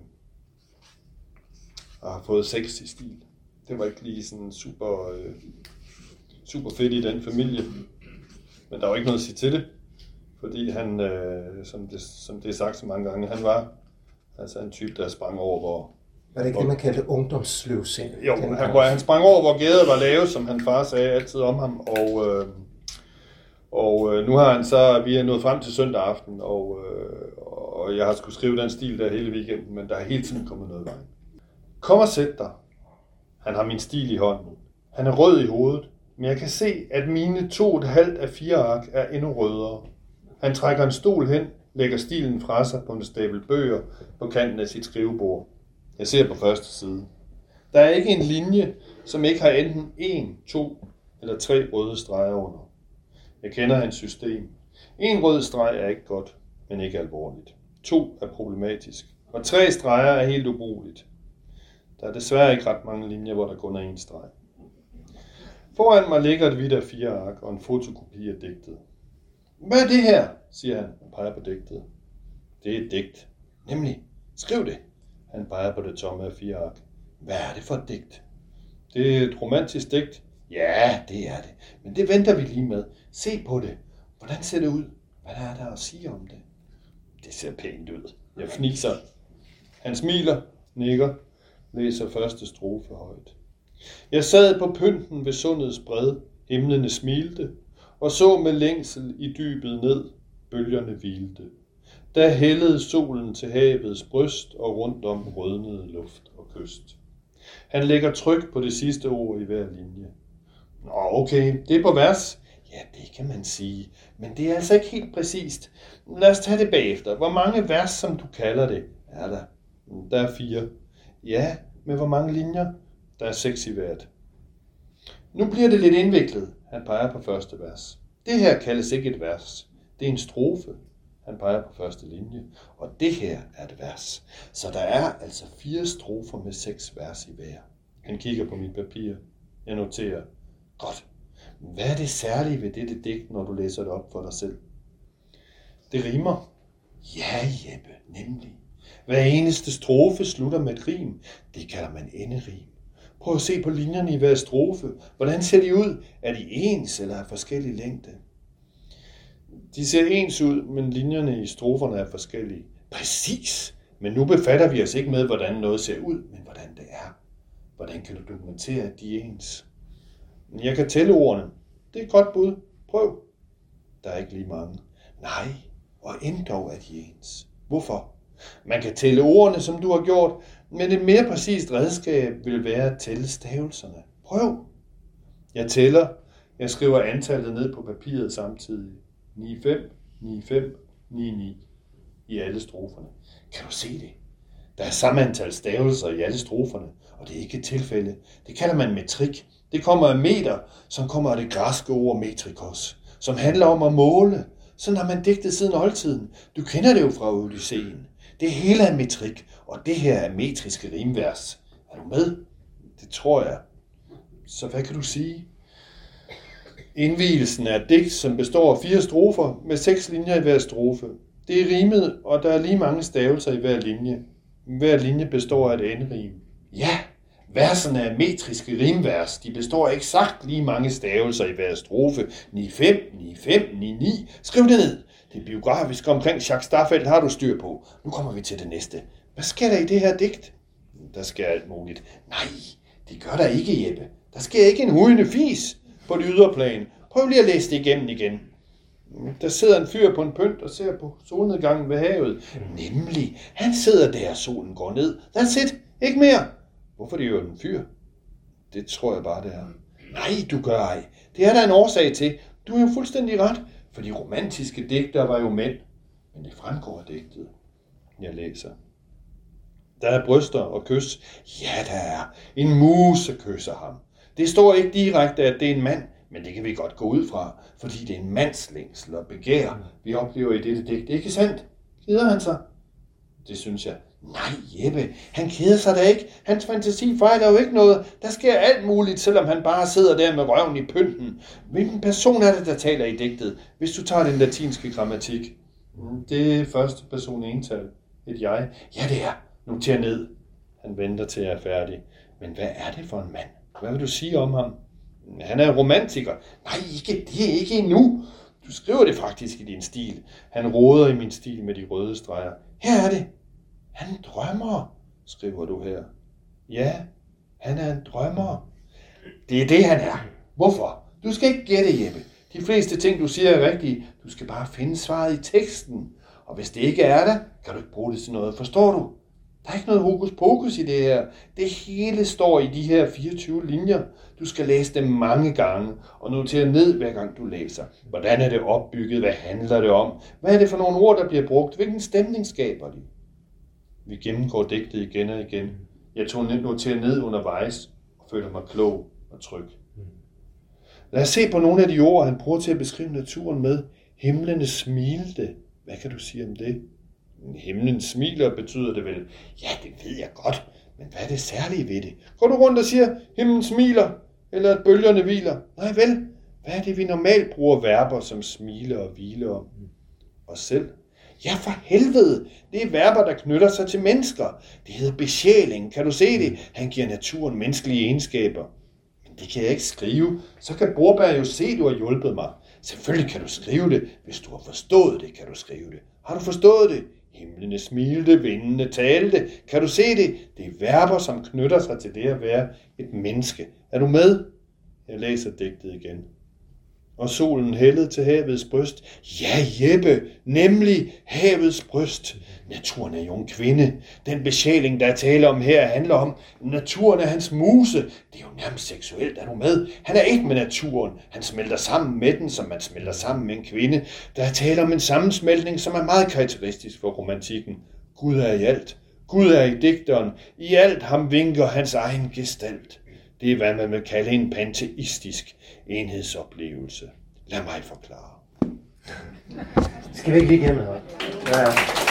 har fået sex i stil. Det var ikke lige sådan super, øh, super fedt i den familie, men der var ikke noget at sige til det. Fordi han, øh, som, det, som det er sagt så mange gange, han var altså en type, der sprang over, hvor... Var det ikke hvor, det, man kaldte ungdomssløvsind? Jo, han, hvor, han sprang over, hvor gæder var lave, som han far sagde altid om ham. Og, øh, og øh, nu har han så, vi er nået frem til søndag aften, og, øh, og jeg har skulle skrive den stil der hele weekenden, men der er hele tiden kommet noget i vejen. Kom og sæt dig. Han har min stil i hånden. Han er rød i hovedet, men jeg kan se, at mine to og et halvt af fire ark er endnu rødere. Han trækker en stol hen, lægger stilen fra sig på en stabel bøger på kanten af sit skrivebord. Jeg ser på første side. Der er ikke en linje, som ikke har enten en, to eller tre røde streger under. Jeg kender hans system. En rød streg er ikke godt, men ikke alvorligt. To er problematisk, og tre streger er helt ubrugeligt. Der er desværre ikke ret mange linjer, hvor der kun er en streg. Foran mig ligger et hvidt af fire ark og en fotokopi af digtet. Hvad er det her? Siger han og peger på digtet. Det er et digt. Nemlig. Skriv det. Han peger på det tomme af fire ark. Hvad er det for et digt? Det er et romantisk digt. Ja, det er det. Men det venter vi lige med. Se på det. Hvordan ser det ud? Hvad er der at sige om det? Det ser pænt ud. Jeg fniser. Han smiler, nikker, læser første strofe højt. Jeg sad på pynten ved sundets bred. Himlene smilte, og så med længsel i dybet ned, bølgerne hvilte. Der hældede solen til havets bryst, og rundt om rødnede luft og kyst. Han lægger tryk på det sidste ord i hver linje. Nå, okay, det er på vers. Ja, det kan man sige, men det er altså ikke helt præcist. Lad os tage det bagefter. Hvor mange vers, som du kalder det, er der? Der er fire. Ja, med hvor mange linjer? Der er seks i hvert. Nu bliver det lidt indviklet. Han peger på første vers. Det her kaldes ikke et vers. Det er en strofe. Han peger på første linje. Og det her er et vers. Så der er altså fire strofer med seks vers i hver. Han kigger på mit papir. Jeg noterer. Godt. Hvad er det særlige ved dette digt, når du læser det op for dig selv? Det rimer. Ja, Jeppe, nemlig. Hver eneste strofe slutter med et rim. Det kalder man enderim. Prøv at se på linjerne i hver strofe. Hvordan ser de ud? Er de ens eller af forskellig længde? De ser ens ud, men linjerne i stroferne er forskellige. Præcis. Men nu befatter vi os ikke med, hvordan noget ser ud, men hvordan det er. Hvordan kan du dokumentere, at de er ens? Jeg kan tælle ordene. Det er et godt bud. Prøv. Der er ikke lige mange. Nej, og endda er de ens. Hvorfor? Man kan tælle ordene, som du har gjort, men et mere præcist redskab vil være at tælle stavelserne. Prøv. Jeg tæller. Jeg skriver antallet ned på papiret samtidig. ni fem, ni fem, ni ni i alle stroferne. Kan du se det? Der er samme antal stavelser i alle stroferne, og det er ikke et tilfælde. Det kalder man metrik. Det kommer af meter, som kommer af det græske ord metrikos, som handler om at måle. Sådan har man digtet siden oldtiden. Du kender det jo fra Odysseen. Det hele er metrik, og det her er metriske rimvers. Er du med? Det tror jeg. Så hvad kan du sige? Indvielsen er et digt, som består af fire strofer med seks linjer i hver strofe. Det er rimet, og der er lige mange stavelser i hver linje. Hver linje består af et endrim. Ja, verserne er metriske rimvers. De består af eksakt lige mange stavelser i hver strofe. ni fem, ni fem, ni ni. Skriv det ned. Det biografiske omkring Jacques Starfeldt har du styr på. Nu kommer vi til det næste. Hvad sker der i det her digt? Der sker alt muligt. Nej, det gør der ikke, Jeppe. Der sker ikke en hujende fis på det ydre plan. Prøv lige at læse det igennem igen. Der sidder en fyr på en pynt og ser på solnedgangen ved havet. Nemlig, han sidder der, og solen går ned. That's it. Ikke mere. Hvorfor det er jo en fyr? Det tror jeg bare, det er. Nej, du gør ej. Det er der en årsag til. Du er jo fuldstændig ret. For de romantiske digtere var jo mænd. Men det fremgår af digtet. Jeg læser. Der er bryster og kys. Ja, der er. En muse kysser ham. Det står ikke direkte, at det er en mand, men det kan vi godt gå ud fra, fordi det er en mandslængsel og begær, vi oplever i dette digt. Ikke sandt? Keder han sig? Det synes jeg. Nej, Jeppe, han keder sig da ikke. Hans fantasi fejler jo ikke noget. Der sker alt muligt, selvom han bare sidder der med røven i pynten. Hvilken person er det, der taler i digtet, hvis du tager den latinske grammatik? Det er første person ental. Et jeg. Ja, det er. Noter ned. Han venter til at er færdig. Men hvad er det for en mand? Hvad vil du sige om ham? Han er romantiker. Nej, ikke det, ikke endnu. Du skriver det faktisk i din stil. Han roder i min stil med de røde streger. Her er det. Han drømmer, skriver du her. Ja, han er en drømmer. Det er det, han er. Hvorfor? Du skal ikke gætte, Jeppe. De fleste ting, du siger, er rigtige. Du skal bare finde svaret i teksten. Og hvis det ikke er der, kan du ikke bruge det til noget. Forstår du? Der er ikke noget hokus pokus i det her. Det hele står i de her fireogtyve linjer. Du skal læse dem mange gange og notere ned, hver gang du læser. Hvordan er det opbygget? Hvad handler det om? Hvad er det for nogle ord, der bliver brugt? Hvilken stemning skaber de? Vi gennemgår digtet igen og igen. Jeg tog notere ned undervejs og føler mig klog og tryg. Lad os se på nogle af de ord, han bruger til at beskrive naturen med. Himlene smilte. Hvad kan du sige om det? Himlen smiler, betyder det vel? Ja, det ved jeg godt, men hvad er det særlige ved det? Går du rundt og siger, himlen smiler, eller at bølgerne hviler? Nej vel, hvad er det, vi normalt bruger verber som smile og hvile om? Os selv? Ja, for helvede, det er verber, der knytter sig til mennesker. Det hedder besjæling, kan du se det? Han giver naturen menneskelige egenskaber. Men det kan jeg ikke skrive, så kan Borberg jo se, du har hjulpet mig. Selvfølgelig kan du skrive det, hvis du har forstået det, kan du skrive det. Har du forstået det? Himlene smilte, vindene talte. Kan du se det? Det er verber, som knytter sig til det at være et menneske. Er du med? Jeg læser digtet igen. Og solen hældede til havets bryst. Ja, Jeppe, nemlig havets bryst. Naturen er jo en kvinde. Den besjæling, der er tale om her, handler om, naturen er hans muse. Det er jo nærmest seksuelt, er du med? Han er et med naturen. Han smelter sammen med den, som man smelter sammen med en kvinde. Der er tale om en sammensmeltning, som er meget karakteristisk for romantikken. Gud er i alt. Gud er i digteren. I alt ham vinker hans egen gestalt. Det er, hvad man vil kalde en panteistisk enhedsoplevelse. Lad mig forklare. Skal vi ikke lige gennem noget? Ja.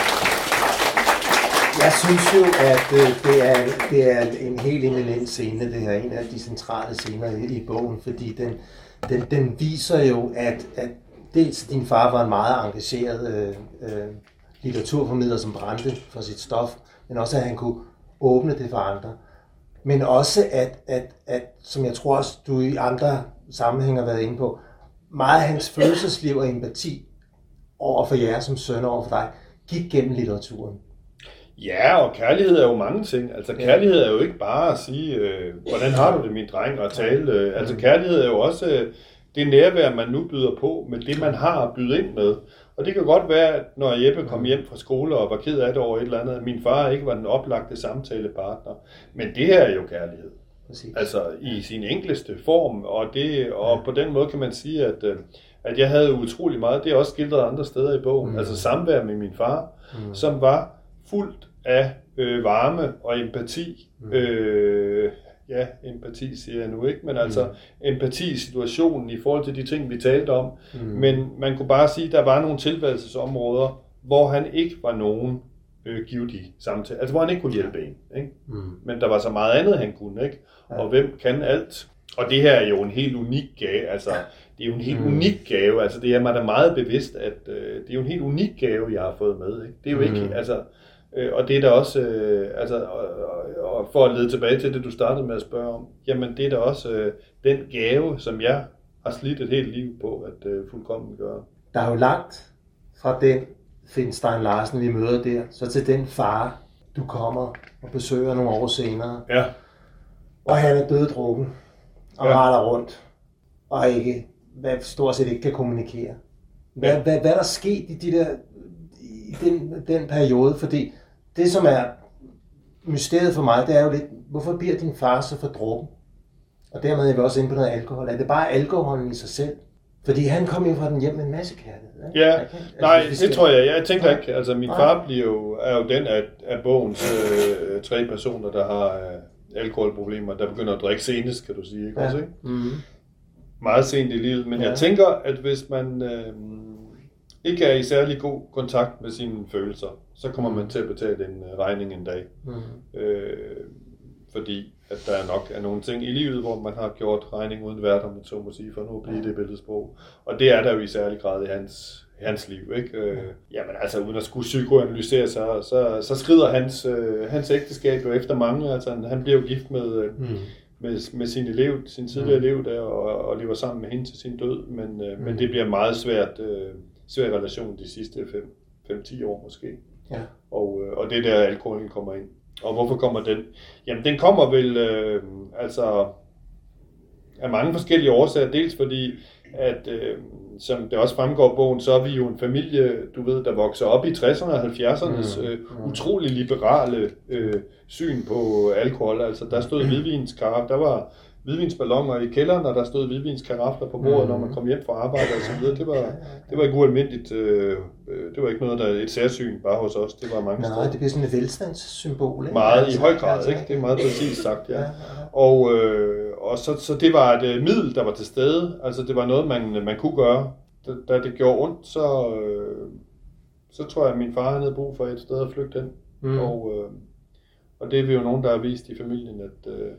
Jeg synes jo, at det er, det er en helt eminent scene. Det er en af de centrale scener i, i bogen, fordi den, den, den viser jo, at, at dels din far var en meget engageret øh, øh, litteraturformidler, som brændte for sit stof, men også at han kunne åbne det for andre. Men også, at, at, at, som jeg tror også, du i andre sammenhænge har været inde på, meget af hans følelsesliv og empati over for jer som søn over for dig, gik gennem litteraturen. Ja, og kærlighed er jo mange ting. Altså kærlighed er jo ikke bare at sige, øh, hvordan har du det, min dreng, og tale. Øh, altså kærlighed er jo også øh, det nærvær, man nu byder på, med det, man har at byde ind med. Og det kan godt være, at når Jeppe kom hjem fra skole og var ked af det over et eller andet, at min far ikke var den oplagte samtalepartner. Men det her er jo kærlighed. Præcis. Altså i sin enkleste form, og, det, og ja. På den måde kan man sige, at, at jeg havde utrolig meget, det er også skildret andre steder i bogen, mm. altså samvær med min far, mm. som var fuldt af øh, varme og empati. Mm. Øh, ja, empati siger jeg nu ikke, men altså mm. empati i situationen i forhold til de ting, vi talte om. Mm. Men man kunne bare sige, at der var nogle tilværelsesområder, hvor han ikke var nogen øh, givtig samtale. Altså hvor han ikke kunne hjælpe en. Ikke? Mm. Men der var så meget andet, han kunne. Ikke? Ja. Og hvem kan alt? Og det her er jo en helt unik gave. Altså, det er jo en helt mm. unik gave. Altså, det er mig da meget bevidst, at øh, det er jo en helt unik gave, jeg har fået med. Ikke? Det er jo ikke, mm. altså... Øh, og det er da også, øh, altså, og, og, og for at lede tilbage til det, du startede med at spørge om, jamen det er da også øh, den gave, som jeg har slidt et helt liv på at øh, fuldkommen gøre. Der er jo langt fra den Finn Stein Larsen, vi møder der, så til den far, du kommer og besøger nogle år senere. Ja. Og han er døddrukken og ja. Retter rundt og ikke, hvad, stort set ikke kan kommunikere. Hvad, ja. hvad, hvad er der sket i de der, i den, den periode? Fordi det, som er mysteriet for mig, det er jo lidt, hvorfor bliver din far så fordrukken? Og dermed er vi også inde på noget alkohol. Er det bare alkoholen i sig selv? Fordi han kom jo fra den hjem med en masse kærlighed. Ikke? Ja, kan, altså, nej, det skal... tror jeg. Jeg tænker nej. ikke. Altså, min nej. far bliver jo, er jo den af, af bogens øh, tre personer, der har øh, alkoholproblemer, der begynder at drikke senest, kan du sige. Ikke? Ja. Også, ikke? Mm-hmm. Meget sent i livet. Men ja. jeg tænker, at hvis man øh, ikke er i særlig god kontakt med sine følelser, så kommer man til at betale en uh, regning en dag. Mm. Øh, fordi at der nok er nogle ting i livet, hvor man har gjort regning uden vært, om man så må sige, for nu at blive det billedsprog. Og det er der jo i særlig grad i hans, hans liv. Ikke? Øh, jamen altså, uden at skulle psykoanalysere sig, så, så, så skrider hans, øh, hans ægteskab jo efter mange. Altså, han, han bliver jo gift med, øh, mm. med, med sin elev, sin tidligere mm. elev der, og, og lever sammen med hende til sin død. Men, øh, mm. men det bliver meget svært, øh, svær relation de sidste fem til ti år måske. Ja. Og, øh, og det er der alkoholen kommer ind. Og hvorfor kommer den? Jamen, den kommer vel øh, altså af mange forskellige årsager. Dels fordi, at øh, som det også fremgår af bogen, så er vi jo en familie, du ved, der vokser op i tresserne og halvfjerdserne øh, utrolig liberale øh, syn på alkohol. Altså, der stod hvidvinskaraf, der var hvidvinsballoner i kælderen, og der stod hvidvinskarafler på bordet, når man kom hjem fra arbejde og så videre. Det var, det var ikke ualmindeligt. Øh, det var ikke noget, der et særsyn bare hos os. Det var mange steder. Nej, det bliver sådan et velstandssymbol. Ikke? Meget altså, i høj grad, altså, ikke? Det er meget præcist sagt, ja. Og, øh, og så, så det var et middel, der var til stede. Altså det var noget, man, man kunne gøre. Da, da det gjorde ondt, så, øh, så tror jeg, at min far havde brug for et sted at flygte hen. Mm. Og, øh, og det er vi jo nogen, der har vist i familien, at øh,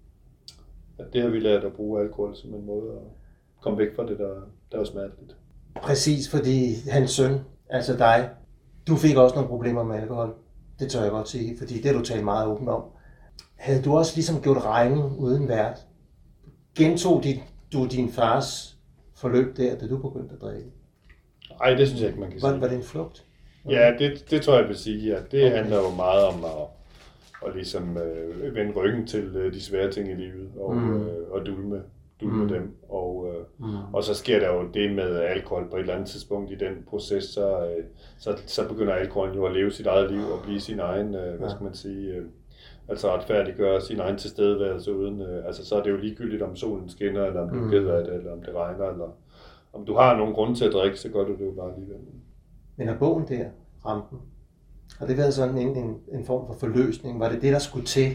at det har vi lært at bruge alkohol som en måde at komme væk fra det, der, der var smerteligt. Præcis, fordi hans søn, altså dig, du fik også nogle problemer med alkohol. Det tør jeg godt sige, fordi det har du talt meget åbent om. Havde du også ligesom gjort regning uden vært? Gentog dit, du din fars forløb der, da du begyndte at drikke? Nej, det synes jeg ikke, man kan var, sige. Var det en flugt? Ja, det, det tror jeg, jeg vil sige. Ja. Det okay. handler jo meget om at og ligesom øh, vende ryggen til øh, de svære ting i livet, og, mm. øh, og dulme, dulme mm. dem. Og, øh, mm. og så sker der jo det med alkohol på et eller andet tidspunkt i den proces, så, øh, så, så begynder alkoholen jo at leve sit eget liv og blive sin egen, øh, hvad skal man sige, øh, altså retfærdiggøre sin egen tilstedeværelse uden, øh, altså så er det jo ligegyldigt, om solen skinner, eller om du mm. keder af det, eller om det regner, eller om du har nogen grund til at drikke, så gør du det jo bare alligevel. Men er bogen der, rampen? Har det været sådan en, en, en form for forløsning? Var det det, der skulle til?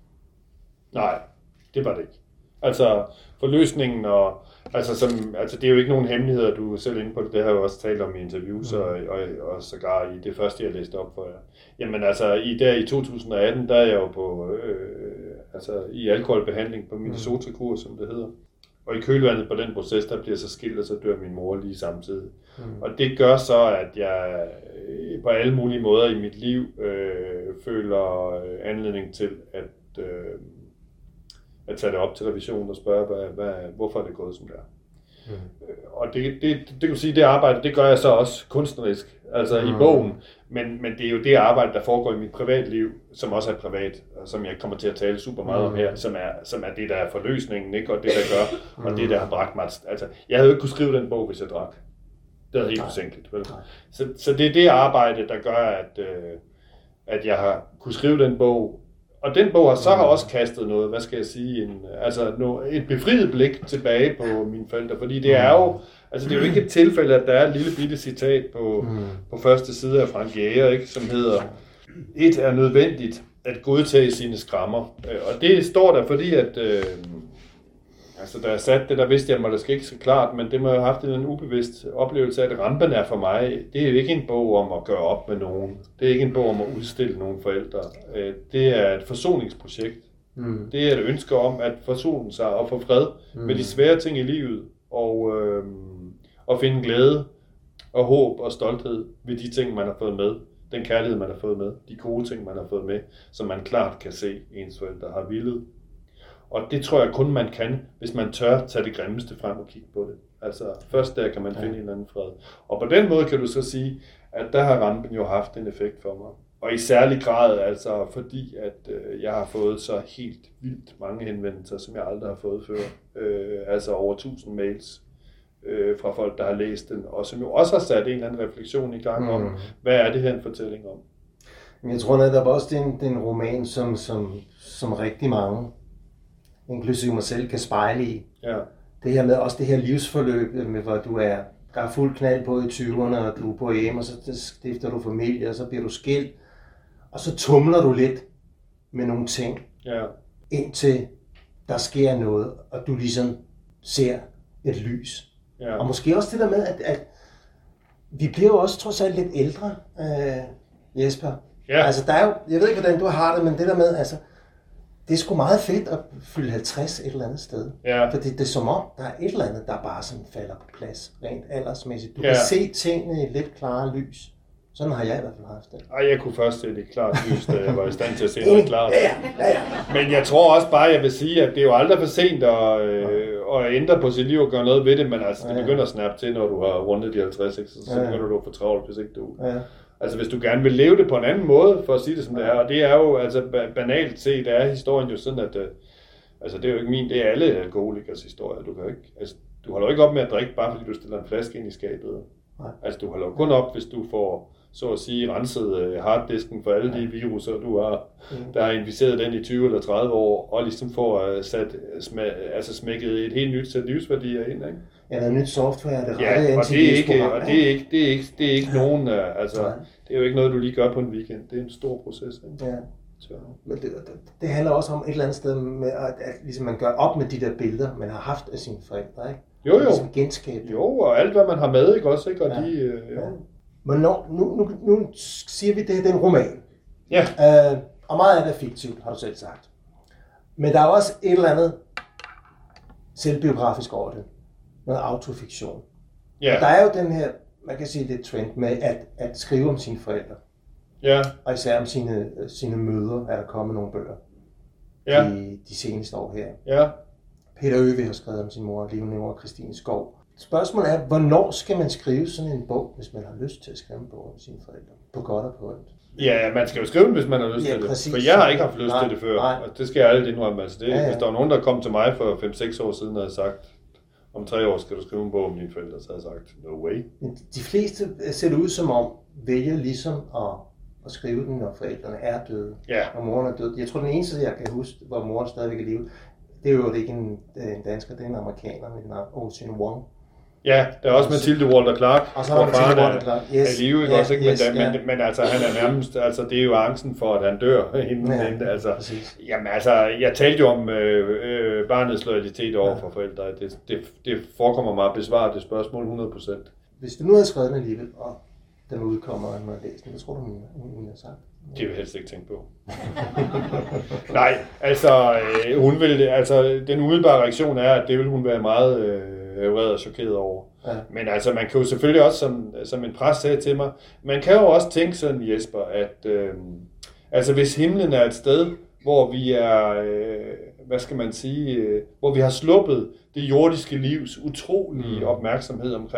Nej, det var det ikke. Altså, forløsningen og... Altså, som, altså, det er jo ikke nogen hemmeligheder, du er selv inde på det. Det har jeg jo også talt om i interviews mm. og, og, og sågar i det første, jeg læste op for jer. Jamen altså, i, der i to tusind og atten, der er jeg jo på... Øh, altså, i alkoholbehandling på Minnesota-kur, som det hedder. Og i kølvandet på den proces, der bliver så skilt, og så dør min mor lige samtidig. Mm. Og det gør så, at jeg på alle mulige måder i mit liv øh, føler anledning til at, øh, at tage det op til revision og spørge, hvad, hvad, hvorfor er det gået som det er. Mm. Og det, det, det, det kan sige, det arbejde, det gør jeg så også kunstnerisk. altså mm. i bogen. Men, men det er jo det arbejde, der foregår i mit privatliv, som også er privat, og som jeg kommer til at tale super meget mm. om her, som er, som er det, der er forløsningen, ikke? Og det, der gør, mm. og det, der har bragt mig. Altså, jeg havde jo ikke kunne skrive den bog, hvis jeg drak. Det er helt forsinket. Vel? Så, så det er det arbejde, der gør, at, øh, at jeg har kunne skrive den bog. Og den bog har så har også kastet noget, hvad skal jeg sige, en, altså no, et befriet blik tilbage på mine forældre. Fordi det er jo, altså det er jo ikke et tilfælde, at der er et lille bitte citat på, mm. på første side af Frank Jæger, ikke, som hedder, et er nødvendigt at godtage sine skrammer. Og det står der, fordi at, øh, altså da jeg satte det, der vidste jeg mig, det skal ikke så klart, men det må jeg have haft en ubevidst oplevelse af, at Rampen er for mig, det er jo ikke en bog om at gøre op med nogen. Det er ikke en bog om at udstille nogle forældre. Det er et forsoningsprojekt. Mm. Det er et ønske om at forsone sig og få fred mm. med de svære ting i livet, og, øh, og finde glæde og håb og stolthed ved de ting, man har fået med. Den kærlighed, man har fået med. De gode ting, man har fået med, som man klart kan se, ens forældre har villet. Og det tror jeg kun man kan, hvis man tør tage det grimmeste frem og kigge på det. Altså først der kan man finde ja. en eller anden fred. Og på den måde kan du så sige, at der har Rampen jo haft en effekt for mig. Og i særlig grad, altså fordi at øh, jeg har fået så helt vildt mange henvendelser, som jeg aldrig har fået før. Øh, altså over tusind mails øh, fra folk, der har læst den, og som jo også har sat en eller anden refleksion i gang om, mm. hvad er det her en fortælling om? Jeg tror netop også, det er en, det er en roman, som, som, som rigtig mange, inklusive mig selv, kan spejle i. Ja. Det her med også det her livsforløb, med hvor du er, der er fuld knald på i tyverne, og du er på hjem, og så stifter du familie, og så bliver du skilt, og så tumler du lidt med nogle ting, ja. indtil der sker noget, og du ligesom ser et lys. Ja. Og måske også det der med, at, at vi bliver jo også trods alt lidt ældre, øh, Jesper. Ja. Altså der er jo, jeg ved ikke hvordan du har det, men det der med, altså, det er sgu meget fedt at fylde halvtreds et eller andet sted. Ja. Fordi det er som om, der er et eller andet, der bare sådan falder på plads, rent aldersmæssigt. Du ja. kan se tingene i lidt klare lys. Sådan har jeg i hvert fald haft det. Ej, jeg kunne først se det klart lys, da jeg var i stand til at se noget klart. Ja, ja, ja. Men jeg tror også bare, jeg vil sige, at det er jo aldrig for sent at, øh, at ændre på sit liv og gøre noget ved det, men altså, det ja. begynder at snappe til, når du har rundet de halvtreds, ikke? Så, så begynder du at få travlt, hvis ikke du... Ja. Altså hvis du gerne vil leve det på en anden måde, for at sige det som det er, og det er jo, altså banalt set, der er historien jo sådan, at, øh, altså det er jo ikke min, det er alle alkoholikers historie, du kan jo ikke, altså du holder jo ikke op med at drikke, bare fordi du stiller en flaske ind i skabet. Nej. Altså du holder jo kun op, hvis du får, så at sige, renset harddisken for alle de virusser, du har, mm. der har inficeret den i tyve eller tredive år, og ligesom får sat, smæ, altså smækket et helt nyt sæt livsværdier ind, ikke? Ja, der er nyt software, det ja, rette og det er ikke, og det er ikke, det er ikke, det er ikke nogen, altså, ja. det er jo ikke noget, du lige gør på en weekend. Det er en stor proces. Ikke? Ja. Så. Men det, det, det handler også om et eller andet sted med, at, at ligesom man gør op med de der billeder, man har haft af sine forældre, ikke? Jo, jo. Ligesom genskabe. Jo, og alt, hvad man har med, ikke også, ikke? Og ja. de, øh, jo. Ja. Men når, nu, nu, nu siger vi, det her, det er en roman. Ja. Øh, og meget af det er fiktivt, har du selv sagt. Men der er også et eller andet selvbiografisk over det. Noget autofiktion. Ja. Og der er jo den her, man kan sige, det trend med at, at skrive om sine forældre. Ja. Og især om sine, sine mødre, er der kommet nogle bøger. Ja. De, de seneste år her. Ja. Peter Øvig har skrevet om sin mor, levende mor, Christine Skov. Spørgsmålet er, hvornår skal man skrive sådan en bog, hvis man har lyst til at skrive en bog om sine forældre? På godt og på ondt. Ja, man skal jo skrive den, hvis man har lyst ja, til det. Præcis. For jeg har ikke haft lyst nej, til det før. Nej. Og det skal jeg aldrig indrømme. Altså det, ja, ja. Hvis der var nogen, der kom til mig for fem seks år siden og havde sagt, om tre år skal du skrive en bog om dine forældre, så havde jeg sagt, no way. De fleste ser det ud som om, vælger ligesom at, at skrive den, når forældrene er døde. Ja. Og moren er død. Jeg tror, den eneste, jeg kan huske, hvor moren stadigvæk er i live, det er jo ikke en, en dansker, det er en amerikaner med navn Ocean Wong. Ja, der er også Mathilde Walter Clark, og så er der Mathilde Walter Clark. Yes. Er live, ikke ja, også, ikke? Yes, men, ja. men, men altså, han er nærmest, altså, det er jo angsten for, at han dør. Hende, ja, hende, altså, præcis. Jamen altså, jeg talte jo om øh, øh, barnets loyalitet over ja. for forældre. Det, det, det forekommer mig at besvare det spørgsmål hundrede procent. Hvis du nu havde skrevet den alligevel, og den udkommer, og han har læst den, hvad tror du, hun, hun har sagt? Det vil jeg helst ikke tænke på. Nej, altså, øh, hun vil, altså, den umiddelbare reaktion er, at det vil hun være meget øh, vred og chokeret over. Ja. Men altså, man kan jo selvfølgelig også, som, som en præst sagde til mig, man kan jo også tænke sådan, Jesper, at øh, altså, hvis himlen er et sted, hvor vi er, øh, hvad skal man sige, øh, hvor vi har sluppet det jordiske livs utrolige opmærksomhed omkring,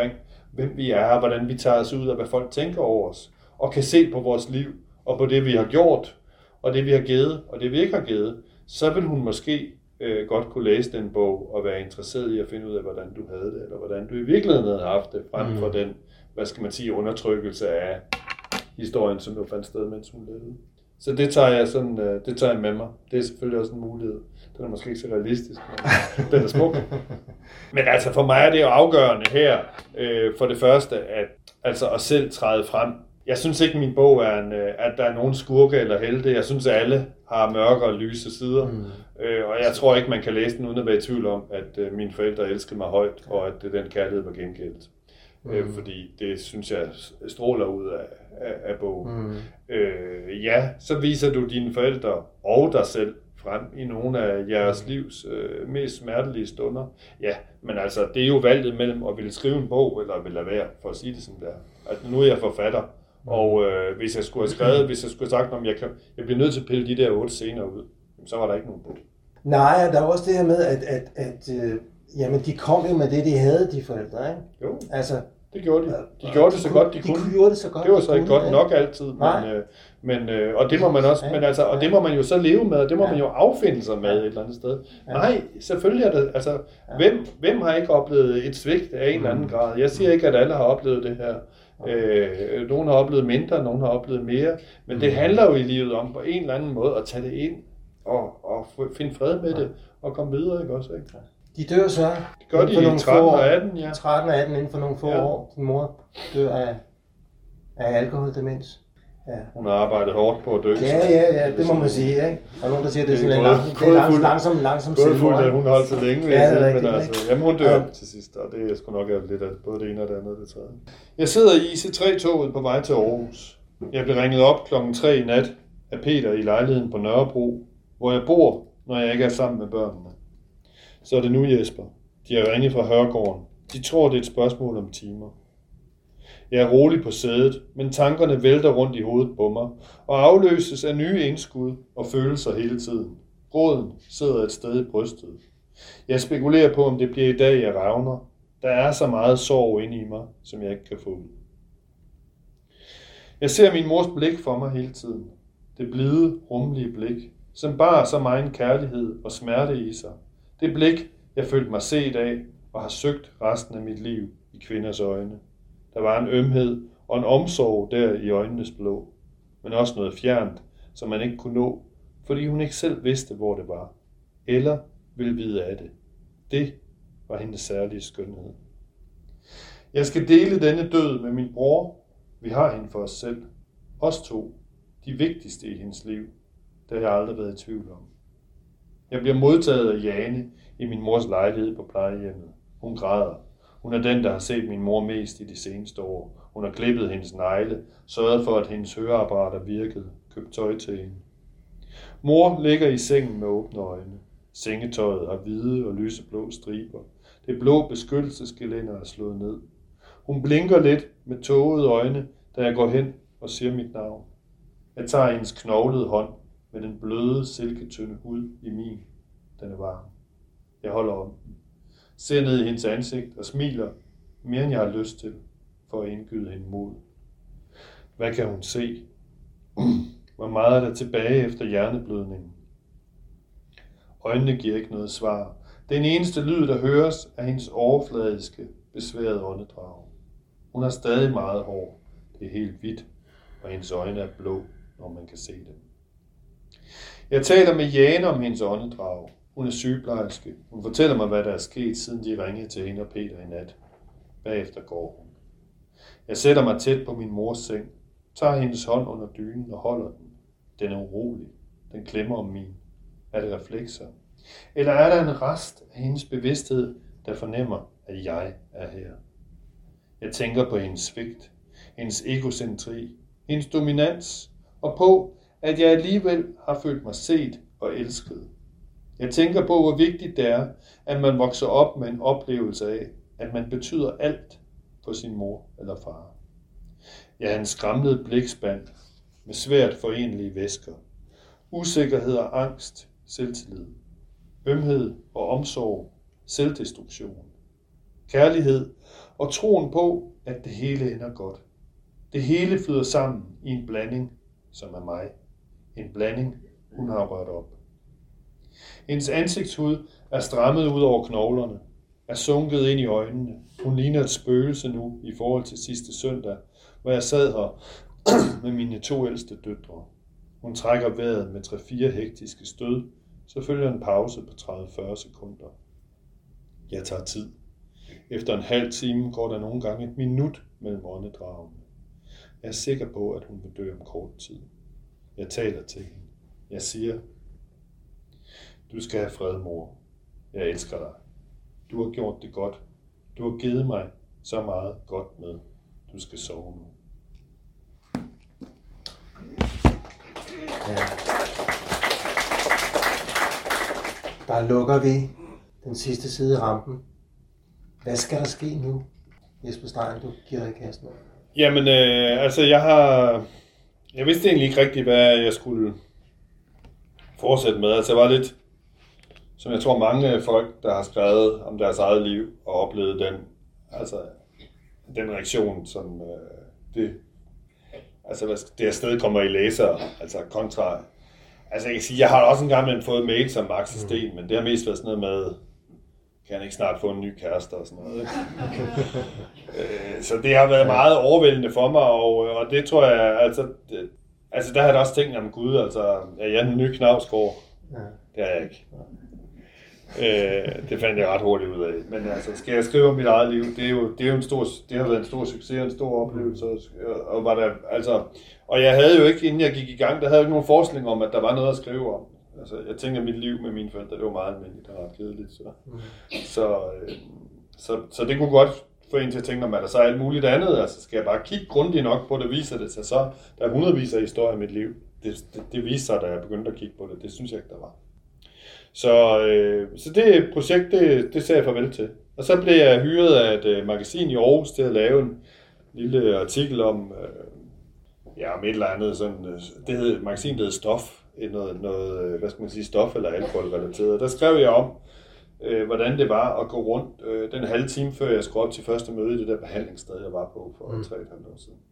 hvem vi er, hvordan vi tager os ud af, hvad folk tænker over os, og kan se på vores liv, og på det, vi har gjort, og det, vi har givet, og det, vi ikke har givet, så vil hun måske øh, godt kunne læse den bog, og være interesseret i at finde ud af, hvordan du havde det, eller hvordan du i virkeligheden havde haft det, frem for mm. den, hvad skal man sige, undertrykkelse af historien, som jo fandt sted, mens hun levede. Så det tager jeg sådan, det tager jeg med mig. Det er selvfølgelig også en mulighed. Den er måske ikke så realistisk, men den er smuk. Men altså for mig er det jo afgørende her, øh, for det første, at, altså at selv træde frem. Jeg synes ikke, min bog er, en, at der er nogen skurke eller helte. Jeg synes, at alle har mørke og lyse sider. Mm. Øh, og jeg tror ikke, man kan læse den uden at være i tvivl om, at øh, mine forældre elskede mig højt, og at øh, den kærlighed var gengældt. Mm. Øh, fordi det synes jeg stråler ud af, af, af bogen. Mm. Øh, ja, så viser du dine forældre og dig selv frem i nogle af jeres livs øh, mest smertelige stunder. Ja, men altså, det er jo valget mellem at ville skrive en bog, eller at ville lade være, for at sige det sådan der. Altså, nu er jeg forfatter, og øh, hvis jeg skulle have skrevet, hvis jeg skulle have sagt, om jeg, kan, jeg bliver nødt til at pille de der otte scener ud, så var der ikke nogen bog. Nej, der er også det her med, at, at, at øh, jamen, de kom jo med det, de havde, de forældre, ikke? Jo. Altså, det gjorde de. De gjorde det så godt, de, de kunne. De gjorde det så godt, det var så ikke godt ja. nok altid, men, øh, men øh, og det må man også, men altså, og det må man jo så leve med, og det må ja. man jo affinde sig med et eller andet sted. Ja. Nej, selvfølgelig er det, altså, ja. hvem, hvem har ikke oplevet et svigt af en eller anden grad? Jeg siger ikke, at alle har oplevet det her. Øh, nogle har oplevet mindre, nogle har oplevet mere, men det handler jo i livet om på en eller anden måde at tage det ind og, og finde fred med det og komme videre, ikke også? Ikke? De dør så det gør de i tretten og atten, ja. tretten og atten inden for nogle få ja. år. Din mor dør af, af alkoholdemens. Ja. Hun har arbejdet hårdt på at dø. Ja, ja, ja, det må man sige, ikke? Og nogen, der siger, det er sådan en lang, det er lang, langsom, langsom selvmord. Hun holdt så længe, vil ja, jeg sige, rigtigt, men altså, jamen hun dør ja. til sidst, og det er sgu nok lidt af både det ene og det andet, det tredje. Jeg sidder i I C tre-toget på vej til Aarhus. Jeg blev ringet op klokken tre i nat af Peter i lejligheden på Nørrebro, hvor jeg bor, når jeg ikke er sammen med børnene. Så er det nu, Jesper. De har ringet fra Hørgården. De tror, det er et spørgsmål om timer. Jeg er rolig på sædet, men tankerne vælter rundt i hovedet på mig, og afløses af nye indskud og følelser hele tiden. Gråden sidder et sted i brystet. Jeg spekulerer på, om det bliver i dag, jeg ravner. Der er så meget sorg inde i mig, som jeg ikke kan få ud. Jeg ser min mors blik for mig hele tiden. Det blide, rummelige blik, som bar så meget kærlighed og smerte i sig. Det blik, jeg følte mig set af og har søgt resten af mit liv i kvinders øjne. Der var en ømhed og en omsorg der i øjnenes blå, men også noget fjernt, som man ikke kunne nå, fordi hun ikke selv vidste, hvor det var, eller ville vide af det. Det var hendes særlige skønhed. Jeg skal dele denne død med min bror. Vi har hende for os selv. Os to. De vigtigste i hendes liv. Det har jeg aldrig været i tvivl om. Jeg bliver modtaget af Jane i min mors lejlighed på plejehjemmet. Hun græder. Hun er den, der har set min mor mest i de seneste år. Hun har klippet hendes negle, sørget for, at hendes høreapparater virkede, købt tøj til hende. Mor ligger i sengen med åbne øjne. Sengetøjet har hvide og lyseblå striber. Det blå beskyttelsesgelænder er slået ned. Hun blinker lidt med tågede øjne, da jeg går hen og siger mit navn. Jeg tager hendes knoglede hånd med den bløde, silketynde hud i min. Den er varm. Jeg holder om den. Ser ned i hendes ansigt og smiler mere end jeg har lyst til, for at indgyde hende mod. Hvad kan hun se? Hvor meget er der tilbage efter hjerneblødningen? Øjnene giver ikke noget svar. Den eneste lyd, der høres, er hendes overfladiske, besværede åndedrag. Hun har stadig meget hår. Det er helt hvidt, og hendes øjne er blå, når man kan se dem. Jeg taler med Jane om hendes åndedrag. Hun er sygeplejerske. Hun fortæller mig, hvad der er sket, siden de ringede til hende og Peter i nat. Bagefter går hun. Jeg sætter mig tæt på min mors seng, tager hendes hånd under dynen og holder den. Den er urolig. Den klemmer om min. Er det reflekser? Eller er der en rest af hendes bevidsthed, der fornemmer, at jeg er her? Jeg tænker på hendes svigt, hendes egocentri, hendes dominans, og på, at jeg alligevel har følt mig set og elsket. Jeg tænker på, hvor vigtigt det er, at man vokser op med en oplevelse af, at man betyder alt for sin mor eller far. Jeg er en skramlet blikspand med svært forenlige væsker. Usikkerhed og angst, selvtillid. Ømhed og omsorg, selvdestruktion. kærlighed og troen på, at det hele ender godt. Det hele flyder sammen i en blanding, som er mig. En blanding, hun har rørt op. Hendes ansigtshud er strammet ud over knoglerne, er sunket ind i øjnene. Hun ligner et spøgelse nu i forhold til sidste søndag, hvor jeg sad her med mine to ældste døtre. Hun trækker vejret med tre-fire hektiske stød, så følger en pause på tredive til fyrre sekunder. Jeg tager tid. Efter en halv time går der nogle gange et minut mellem åndedragene. Jeg er sikker på, at hun vil dø om kort tid. Jeg taler til hende. Jeg siger, du skal have fred, mor. Jeg elsker dig. Du har gjort det godt. Du har givet mig så meget godt med. Du skal sove nu. Ja. Der lukker vi den sidste side af rampen. Hvad skal der ske nu? Jesper Stein, du giver dig i kassen. Jamen, øh, altså jeg har... Jeg vidste egentlig ikke rigtigt, hvad jeg skulle fortsætte med. Altså jeg var lidt, som jeg tror mange folk, der har skrevet om deres eget liv og oplevet den, altså den reaktion, som øh, det, altså det afsted kommer i læser, altså kontra. Altså jeg kan sige, jeg har også engang med fået mail som Max og Sten, men det har mest været sådan noget med, kan han ikke snart få en ny kæreste og sådan noget. øh, så det har været meget overvældende for mig, og, og det tror jeg, altså, det, altså der har jeg også tænkt, om Gud, altså, er jeg en ny Knavsgaard? Ja. Det er jeg ikke. Øh, det fandt jeg ret hurtigt ud af. Men altså, skal jeg skrive om mit eget liv, det er jo, det er jo en stor, det har været en stor succes og en stor oplevelse. Og, var der, altså, og jeg havde jo ikke, inden jeg gik i gang, der havde jeg ikke nogen forskning om, at der var noget at skrive om. Altså, jeg tænker, at mit liv med mine forældre, det var meget almindeligt og ret kedeligt. Så, mm. så, øh, så, så det kunne godt få en til at tænke, om at der så er alt muligt andet. Altså, skal jeg bare kigge grundigt nok på det, viser det sig så. Der er hundredvis af historier i mit liv. Det, det, det viste sig, da jeg begyndte at kigge på det. Det synes jeg ikke, der var. Så, øh, så det projekt, det, det sagde jeg farvel til. Og så blev jeg hyret af et øh, magasin i Aarhus til at lave en lille artikel om, øh, ja, om et eller andet sådan, øh, det hed, magasinet hed Stof, noget, noget, hvad skal man sige, stof eller alkoholrelateret. Der skrev jeg om, øh, hvordan det var at gå rundt øh, den halve time, før jeg skulle op til første møde i det der behandlingssted, jeg var på for mm. tre komma fem år siden.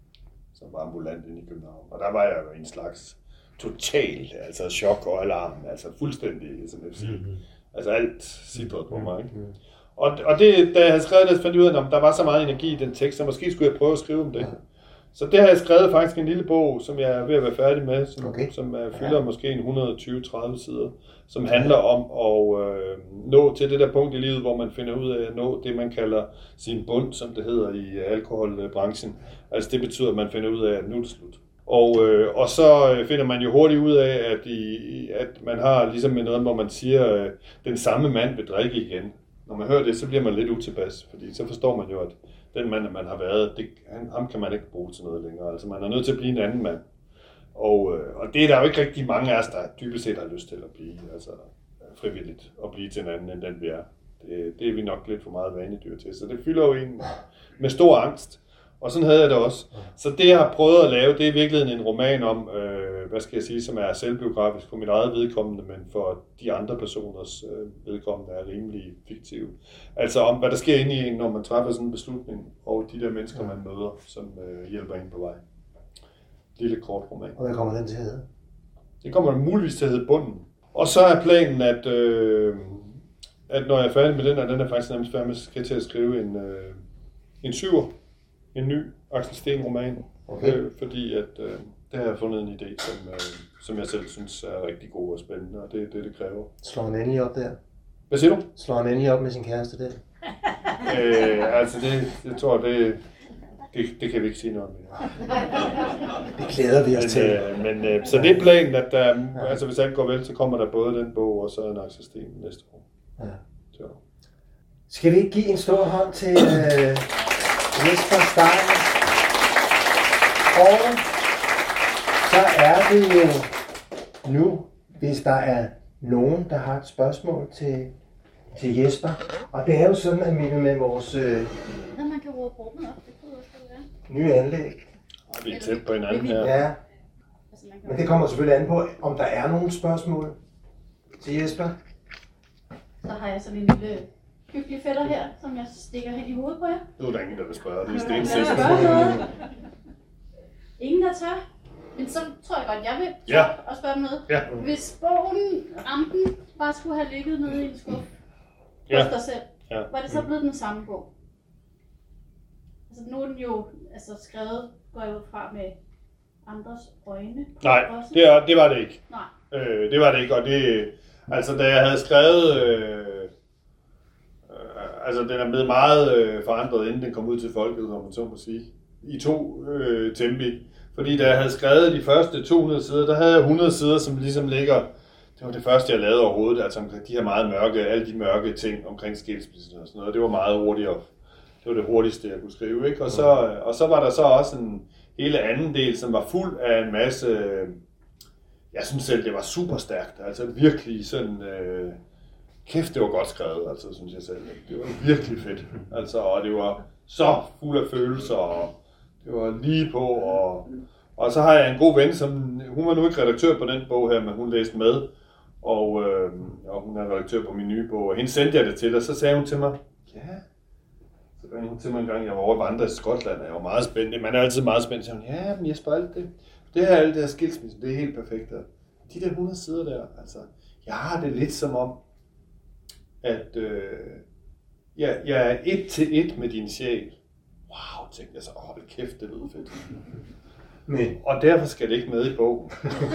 Som var ambulant inde i København. Og der var jeg jo en slags total, altså chok og alarm, altså fuldstændig, som jeg vil sige. Mm-hmm. Altså alt sidrede på mig, ikke? Mm-hmm. Og, og det, da jeg havde skrevet det, fandt jeg ud af, at der var så meget energi i den tekst, så måske skulle jeg prøve at skrive om det. Ja. Så det har jeg skrevet faktisk en lille bog, som jeg er ved at være færdig med, som, okay. som er, fylder ja. måske en et hundrede og tyve til tredive sider, som handler om at øh, nå til det der punkt i livet, hvor man finder ud af at nå det, man kalder sin bund, som det hedder i alkoholbranchen. Altså det betyder, at man finder ud af, at nu er det slut. Og, øh, og så finder man jo hurtigt ud af, at, i, at man har ligesom noget, hvor man siger, at den samme mand vil drikke igen. Når man hører det, så bliver man lidt utilpas, fordi så forstår man jo, at den mand, man har været, det, han, ham kan man ikke bruge til noget længere. Altså man er nødt til at blive en anden mand. Og, øh, og det er der jo ikke rigtig mange af os, der dybest set har lyst til at blive, altså frivilligt, at blive til en anden, end den vi er. Det, det er vi nok lidt for meget vanedyr til, så det fylder jo en med stor angst. Og sådan havde jeg det også. Så det, jeg har prøvet at lave, det er i virkeligheden en roman om, øh, hvad skal jeg sige, som er selvbiografisk for mit eget vedkommende, men for de andre personers øh, vedkommende er rimelig fiktive. Altså om, hvad der sker inde i en, når man træffer sådan en beslutning, og de der mennesker, man møder, som øh, hjælper en på vej. Lille kort roman. Og hvad kommer den til at hedde? Det kommer muligvis til at hedde Bunden. Og så er planen, at, øh, at når jeg er færdig med den, og den er faktisk nærmest færdig med, skal jeg til at skrive en, øh, en syver. En ny Axel Sten-roman, okay. øh, fordi at, øh, det har jeg fundet en idé, som, øh, som jeg selv synes er rigtig god og spændende, og det er det, det kræver. Slår han endelig op der? Hvad siger du? Slår han endelig op med sin kæreste der? øh, altså, det, jeg tror, det, det, det kan vi ikke sige noget mere. Det glæder vi os men, til. Øh, men, øh, så det er planen, at der, ja. altså, hvis alt går vel, så kommer der både den bog, og så en Axel Sten næste år. Ja. Så. Skal vi ikke give en stor hånd til... Øh... Jesper Stein. Og så er det jo nu, hvis der er nogen, der har et spørgsmål til, til Jesper. Og det er jo sådan, at vi med vores øh, man kan råbe rummet op, det kunne også være. Nye anlæg. Vi er tæt på hinanden her. Ja. Men det kommer selvfølgelig an på, om der er nogle spørgsmål til Jesper. Så har jeg sådan en lille hyggelige fætter her, som jeg stikker hen i hovedet på jer. Nu er der ingen, der vil spørge. Det er Ingen, der stensikkert. spørger noget. Ingen, der tør. Men så tror jeg godt, jeg vil tør Ja. og spørge om noget. Ja. Hvis bogen, rampen, bare skulle have ligget nede i en skuffe Ja. hos dig selv, Ja. var det så blevet den samme bog? Altså nu er den jo altså, skrevet, går jeg ud fra, med andres øjne. Nej, også. det, er, det var det ikke. Nej. Øh, det var det ikke, og det... Altså, da jeg havde skrevet... Øh, øh, altså, den er blevet meget øh, forandret, inden den kom ud til folket, om man så må sige. I to øh, tempi. Fordi da jeg havde skrevet de første to hundrede sider, der havde jeg hundrede sider, som ligesom ligger... Det var det første, jeg lavede overhovedet, altså de her meget mørke, alle de mørke ting omkring skilsmissen og sådan noget. Det var meget hurtigt, og det var det hurtigste, jeg kunne skrive, ikke? Og så, og så var der så også en hele anden del, som var fuld af en masse... Jeg synes selv, det var super stærkt, altså virkelig sådan... Øh, kæft, det var godt skrevet, altså, synes jeg selv. Det var virkelig fedt, altså, og det var så fuld af følelser, og det var lige på, og... Og så har jeg en god ven, som hun var nu ikke redaktør på den bog her, men hun læste med, og, øh, og hun er redaktør på min nye bog, og hende sendte jeg det til, og så sagde hun til mig, ja, så sagde hun til mig en gang, jeg var over at vandre i Skotland, og jeg var meget spændt, man er altid meget spændt, så sagde hun, ja, men Jesper, alt det, det her, alt det her skilsmisse, det er helt perfekt, og de der hundrede sider der, altså, jeg har det lidt som om, at øh, jeg, jeg er et til et med din sjæl. Wow, tænkte jeg så, hold kæft, det lyder fedt. Men. Og derfor skal det ikke med i bogen.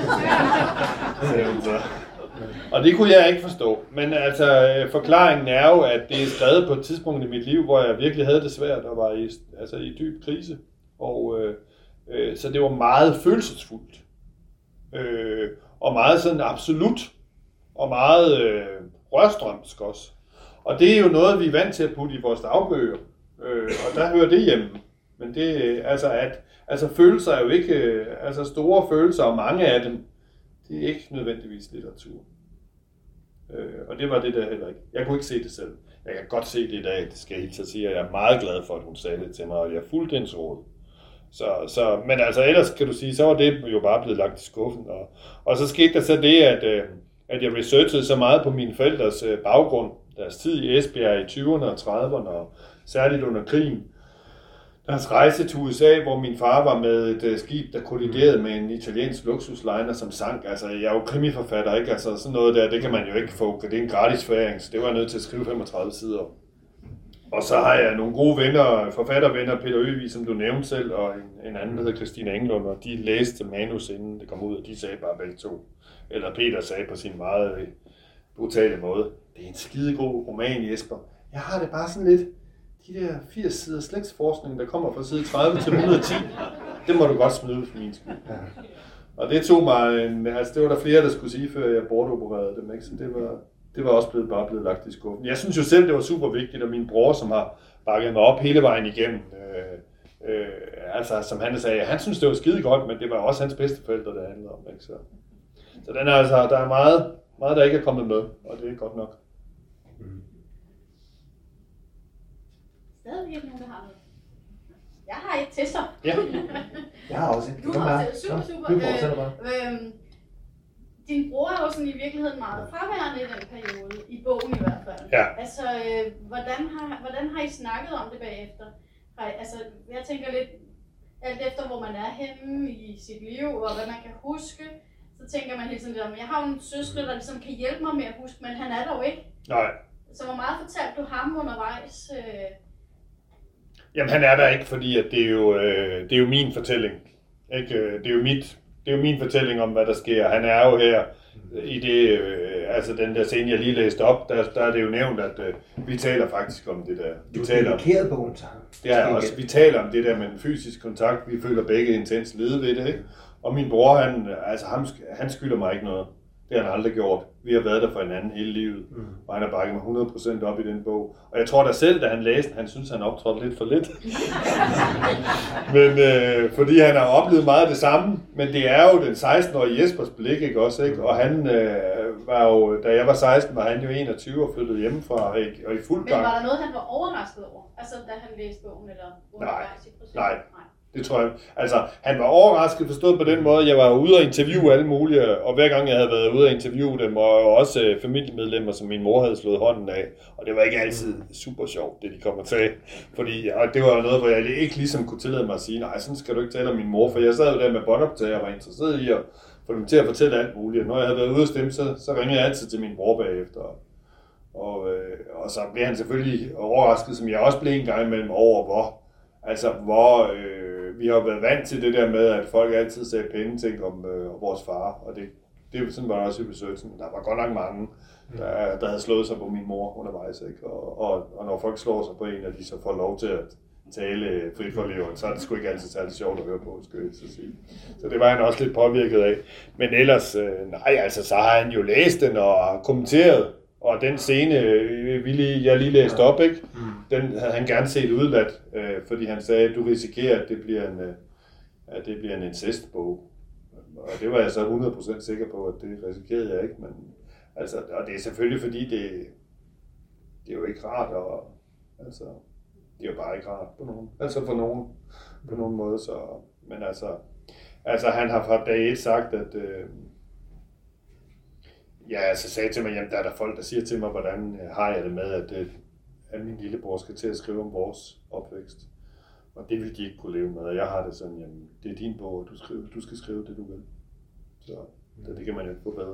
Og det kunne jeg ikke forstå. Men altså, forklaringen er jo, at det er skrevet på et tidspunkt i mit liv, hvor jeg virkelig havde det svært og var i, altså, i dyb krise. Og, øh, øh, så det var meget følelsesfuldt. Øh, og meget sådan absolut. Og meget øh, rørstrømsk også. Og det er jo noget, vi er vant til at putte i vores dagbøger. Øh, og der hører det hjemme. Men det, altså at, altså følelser er jo ikke, altså store følelser, og mange af dem, det er ikke nødvendigvis litteratur. Øh, og det var det der heller ikke. Jeg kunne ikke se det selv. Jeg kan godt se det i dag, det skal jeg helt sige, og jeg er meget glad for, at hun sagde det til mig, og jeg fulgte hendes råd. Så, så, men altså ellers kan du sige, så var det jo bare blevet lagt i skuffen. Og, og så skete der så det, at, at jeg researchede så meget på mine forældres baggrund, deres tid i Esbjerg i tyverne og trediverne, og særligt under krigen. Deres rejse til U S A, hvor min far var med et skib, der kolliderede med en italiensk luksusliner, som sank. Altså, jeg er jo krimiforfatter, ikke? Altså, sådan noget der, det kan man jo ikke få. Det er en gratis foræring, så det var jeg nødt til at skrive femogtredive sider. Og så har jeg nogle gode venner, forfattervenner, Peter Øvig, som du nævnte selv, og en, en anden, der hedder Christina Englund, og de læste manus, inden det kom ud, og de sagde bare begge to. Eller Peter sagde på sin meget brutale måde, det er en skidegod roman, Jesper. Jeg har det bare sådan lidt... De der firs sider slægtsforskning, der kommer fra side tredive til et hundrede og ti, det må du godt smide ud for min skyld. Og det tog mig, en, altså det var der flere, der skulle sige, før jeg bortopererede dem, ikke? Så det var, det var også blevet, bare blevet lagt i skuffen. Jeg synes jo selv, det var super vigtigt, og min bror, som har bakket mig op hele vejen igennem, øh, øh, altså som han sagde, han synes, det var skide godt, men det var også hans bedsteforældre, det handlede om, ikke? Så, så den er altså, der er meget, meget, der ikke er kommet med, og det er godt nok. Stadig ikke nogen, der har noget. Jeg har et til så. Ja. Jeg har også et. Du har også et. Super, super. Du fortsætter bare. Øh, øh, din bror er jo sådan i virkeligheden meget fraværende i den periode, i bogen i hvert fald. Ja. Altså, øh, hvordan, har, hvordan har I snakket om det bagefter? Har I, altså, jeg tænker lidt, alt efter hvor man er henne i sit liv, og hvad man kan huske, så tænker man hele tiden lidt om, jeg har jo en søster, der ligesom kan hjælpe mig med at huske, men han er der jo ikke. Nej. Så hvor meget fortalte du ham undervejs? Øh... Jamen han er der ikke, fordi at det, er jo, øh, det er jo min fortælling. Ikke? Det, er jo mit, det er jo min fortælling om, hvad der sker. Han er jo her i det, øh, altså den der scene, jeg lige læste op, der, der er det jo nævnt, at øh, vi taler faktisk om det der. Vi du taler dedikeret bogen til ham. Det er også. Vi taler om det der med en fysisk kontakt. Vi føler begge intens lede ved det, ikke? Og min bror, han, altså ham, han skylder mig ikke noget. Det har han aldrig gjort. Vi har været der for hinanden hele livet, mm. og han har bakket mig hundrede procent op i den bog. Og jeg tror da selv, da han læste han synes, han optrådte lidt for lidt. men øh, fordi han har oplevet meget det samme, men det er jo den seksten-årige Jespers blik, ikke også, ikke? Og han øh, var jo, da jeg var seksten, var han jo enogtyve og flyttede hjemmefra, ikke? Og i fuld gang. Men var der noget, han var overrasket over? Altså, da han læste bogen, eller undervejs i processen? Nej. Det tror jeg. Altså, han var overrasket forstået på den måde. Jeg var ude og interviewe alle mulige, og hver gang jeg havde været ude og interviewe dem, og også øh, familiemedlemmer, som min mor havde slået hånden af. Og det var ikke altid super sjovt, det de kom og sagde. Fordi og det var noget, hvor jeg ikke ligesom kunne tillade mig at sige, nej, sådan skal du ikke tale om min mor. For jeg sad jo der med båndoptager og var interesseret i at få dem til at fortælle alt muligt. Når jeg havde været ude og stemme, så, så ringede jeg altid til min bror bagefter. Og, øh, og så blev han selvfølgelig overrasket, som jeg også blev en gang imellem over, hvor, altså, hvor øh, vi har været vant til det der med, at folk altid sagde pæne ting om øh, vores far, og det, det sådan var det også i besøgelsen. Der var godt nok mange, der, der havde slået sig på min mor undervejs, ikke? Og, og, og når folk slår sig på en, og de så får lov til at tale frit for leveren, så er det sgu ikke altid særlig sjovt at høre på, skal jeg så sige. Så det var han også lidt påvirket af. Men ellers, øh, nej, altså, så har han jo læst den og kommenteret. Og den scene, vi lige, jeg lige læste op, ikke? Den havde han gerne set udladt, øh, fordi han sagde, at du risikerer, at det bliver en, øh, at det bliver en incestbog. Og det var jeg så hundrede procent sikker på, at det risikerede jeg ikke. Men, altså, og det er selvfølgelig, fordi det, det er jo ikke rart, og, altså, det er jo bare ikke rart på nogen, altså for nogen, på nogen måde. Så, men altså, altså, han har fra dag et sagt, at øh, ja, altså sagde til mig, jamen der er der folk, der siger til mig, hvordan har jeg det med, at, at min lillebror skal til at skrive om vores opvækst. Og det vil de ikke kunne leve med, og jeg har det sådan, jamen det er din bog, du, skriver, du skal skrive det, du vil. Så det, det kan man jo ikke få bedre.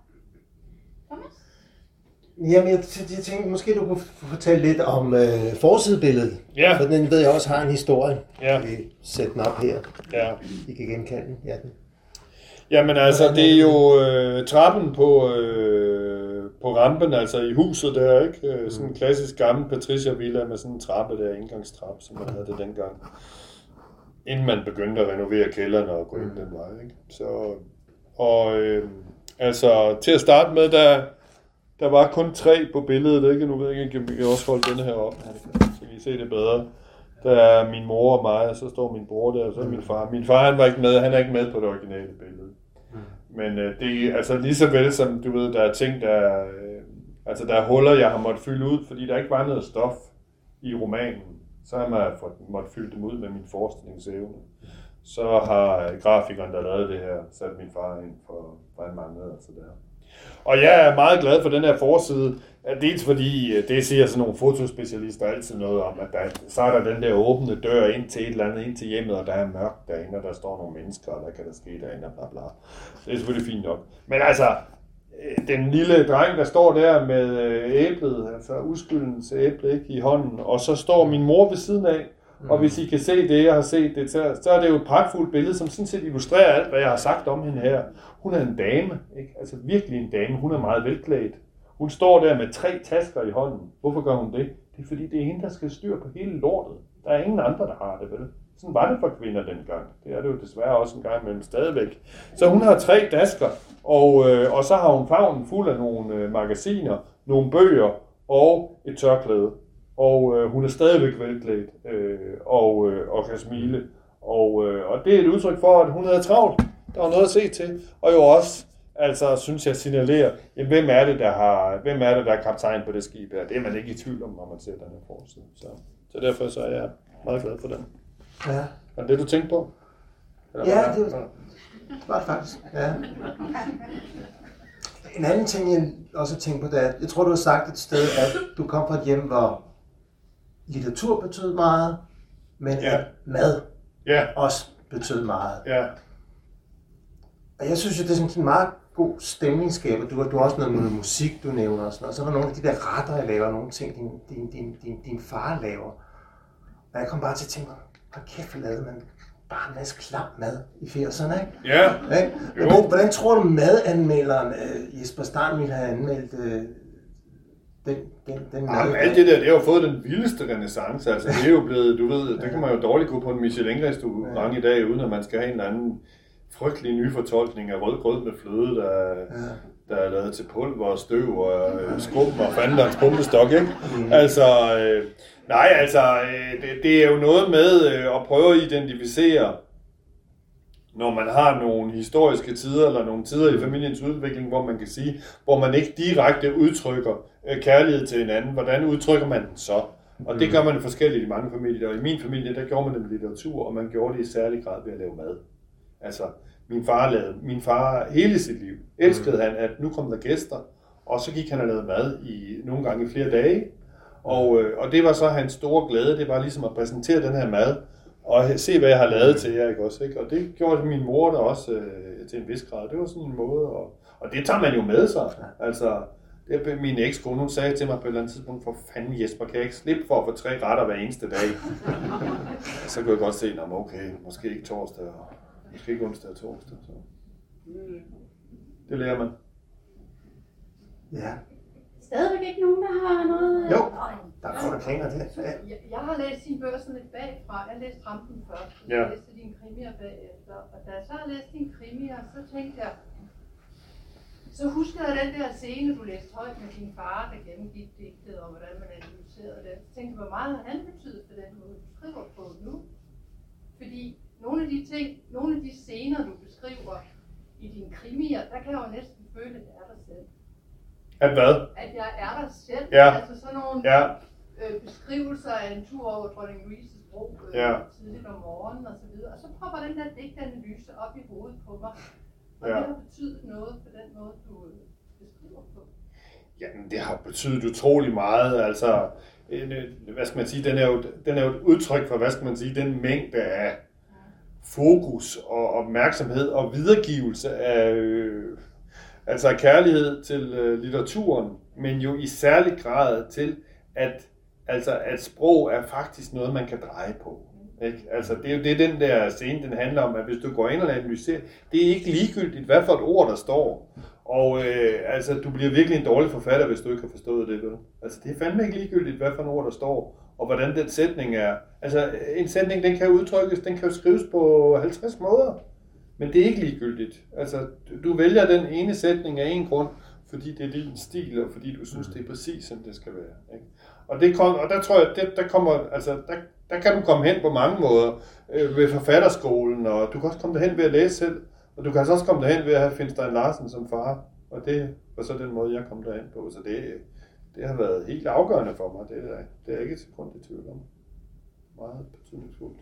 Jamen, jeg, jeg tænkte, måske du kunne fortælle lidt om øh, forsidebilledet. Ja. For den ved jeg også har en historie. Ja. Vi sætter den op her. Ja. I kan genkende den. Ja, den. Jamen altså, det er jo øh, trappen på, øh, på rampen, altså i huset der, ikke? Øh, sådan en klassisk gammel Patricia-villa med sådan en trappe der, indgangstrappe, som man havde det dengang. Inden man begyndte at renovere kælderen og gå ind den vej, ikke? Så, og øh, altså, til at starte med, der, der var kun tre på billedet, ikke? Nu ved jeg ikke, om vi kan også holde denne her op, så vi se det bedre. Der er min mor og mig, og så står min bror der, og så er min far. Min far, han var ikke med, han er ikke med på det originale billede. Men øh, det er altså lige så vel som, du ved, der er ting, der, øh, altså der er huller, jeg har måttet fylde ud, fordi der ikke var noget stof i romanen. Så har man måttet fylde dem ud med min forestillingsevne. Så har grafikeren, der lavede det her, sat min far ind for, for en manglede, altså der. Og jeg er meget glad for den her forside, dels fordi det siger sådan nogle fotospecialister altid noget om, at der, så er der den der åbne dør ind til et eller andet, ind til hjemmet, og der er mørkt derinde, og der står nogle mennesker, og der kan der ske derinde, og bla bla. Det er selvfølgelig fint nok. Men altså, den lille dreng, der står der med æblet, altså uskyldens æble, ikke, i hånden, og så står min mor ved siden af, og hvis I kan se det, jeg har set det, så, så er det jo et pragtfuldt billede, som sådan set illustrerer alt, hvad jeg har sagt om hende her. Hun er en dame, ikke? Altså virkelig en dame. Hun er meget velklædt. Hun står der med tre tasker i hånden. Hvorfor gør hun det? Det er fordi, det er hende, der skal styre på hele lortet. Der er ingen andre, der har det, vel? Sådan var det for kvinder dengang. Det er det jo desværre også en gang imellem stadigvæk. Så hun har tre tasker, og, øh, og så har hun favnen fuld af nogle øh, magasiner, nogle bøger og et tørklæde. Og øh, hun er stadigvæk velklædt øh, og, øh, og kan smile. Og, øh, og det er et udtryk for, at hun havde travlt. Der var noget at se til. Og jo også, altså, synes jeg signalerer, jamen, hvem er det, der har, hvem er det, der er kaptajn på det skib her? Det er man ikke i tvivl om, når man ser den her forside. Så, så derfor så er jeg meget glad for den. Ja. Er det, du tænkte på? Eller ja, det var, det var det faktisk. Ja. En anden ting, jeg også har tænkt på, det er, jeg tror, du har sagt et sted, at du kom fra et hjem, hvor litteratur betød meget, men ja. at mad ja. også betød meget. Ja. Og jeg synes jo, det er sådan en meget god stemningsskaber. Du har, du har også noget med musik, du nævner og sådan noget. Og så er der nogle af de der retter, jeg laver, nogle ting, din, din, din, din, din far laver. Og jeg kom bare til at tænke, hvor kæft lavede man bare en masse klam mad i firserne, ikke? Ja. Ikke? Hvordan, hvordan tror du madanmelderen uh, Jesper Starn ville have anmeldt uh, den, den, den mad? Jamen, alt det der, det har jo fået den vildeste renaissance. Altså, det er jo blevet, du ved, det kan man jo dårligt gå på en Michelin-restaurant i dag, uden at man skal have en eller anden frygtelig ny fortolkning af rød grød med fløde, der, ja. der er lavet til pulver og støv og øh, skum og fandens pumpestok, ikke? Mm. Altså, øh, nej, altså, øh, det, det er jo noget med øh, at prøve at identificere, når man har nogle historiske tider, eller nogle tider i familiens udvikling, hvor man kan sige, hvor man ikke direkte udtrykker øh, kærlighed til hinanden. Hvordan udtrykker man den så? Og det gør man forskelligt i mange familier. Og i min familie, der gjorde man det med litteratur, og man gjorde det i særlig grad ved at lave mad. Altså, min far lavede, min far hele sit liv elskede mm. han, at nu kom der gæster, og så gik han og lavede mad i nogle gange i flere dage. Og, øh, og det var så hans store glæde, det var ligesom at præsentere den her mad, og se hvad jeg har lavet til jer, ikke også, ikke? Og det gjorde min mor der også øh, til en vis grad. Det var sådan en måde, og, og det tager man jo med sig. Altså, det, min ekskone, hun sagde til mig på et eller andet tidspunkt, for fanden Jesper, kan jeg ikke slippe for at få tre retter hver eneste dag? Så kunne jeg godt se, at okay, måske ikke torsdag, og måske ikke onsdag og torsdag. Så. Det lærer man. Ja. Stadigvæk ikke nogen, der har noget... Jo, der er folk, der kender det. Ja. Jeg, jeg har læst dine bøger sådan lidt bagfra. Jeg læste Trampen først, og så ja. læste dine krimier bagefter. Og da jeg så har læst dine krimier, så tænkte jeg... Så husker jeg den der scene, du læste højt med din far, der gennemgik digtet, og hvordan man analyserede det. Så tænkte jeg, hvor meget har han betydet for den måde, du skriver på nu? Fordi nogle af de ting, nogle af de scener, du beskriver i dine krimier, der kan jeg jo næsten føle, at jeg er der selv. At hvad? At jeg er der selv. Ja. Altså sådan nogle ja. øh, beskrivelser af en tur over Dronning Louises bro øh, ja. tidligt om morgenen og så videre. Og så popper den der digtanalyse op i hovedet på mig. Og ja. det har betydet noget for den måde, du øh, beskriver på. Jamen, det har betydet utrolig meget. Altså, en, hvad skal man sige, den er, jo, den er jo et udtryk for, hvad skal man sige, den mængde af fokus og opmærksomhed og videregivelse af... Øh, Altså kærlighed til øh, litteraturen, men jo i særlig grad til, at, altså, at sprog er faktisk noget, man kan dreje på. Ikke? Altså, det er jo det, den der scene, den handler om, at hvis du går ind og analyserer, det er ikke ligegyldigt, hvad for et ord, der står. Og øh, altså, du bliver virkelig en dårlig forfatter, hvis du ikke har forstået det. Vel? Altså, det er fandme ikke ligegyldigt, hvad for et ord, der står, og hvordan den sætning er. Altså, en sætning, den kan jo udtrykkes, den kan jo skrives på halvtreds måder. Men det er ikke ligegyldigt. Altså, du vælger den ene sætning af en grund, fordi det er din stil, og fordi du synes, det er præcis, som det skal være. Ikke? Og, det kom, og der tror jeg, det, der, kommer, altså, der, der kan du komme hen på mange måder øh, ved forfatterskolen, og du kan også komme derhen ved at læse selv, og du kan også komme derhen ved at have Finstein Larsen som far. Og det var så den måde, jeg kom derhen på. Så det, det har været helt afgørende for mig. Det er, det er ikke et sekund i tvivl om. Meget betydningsfuldt.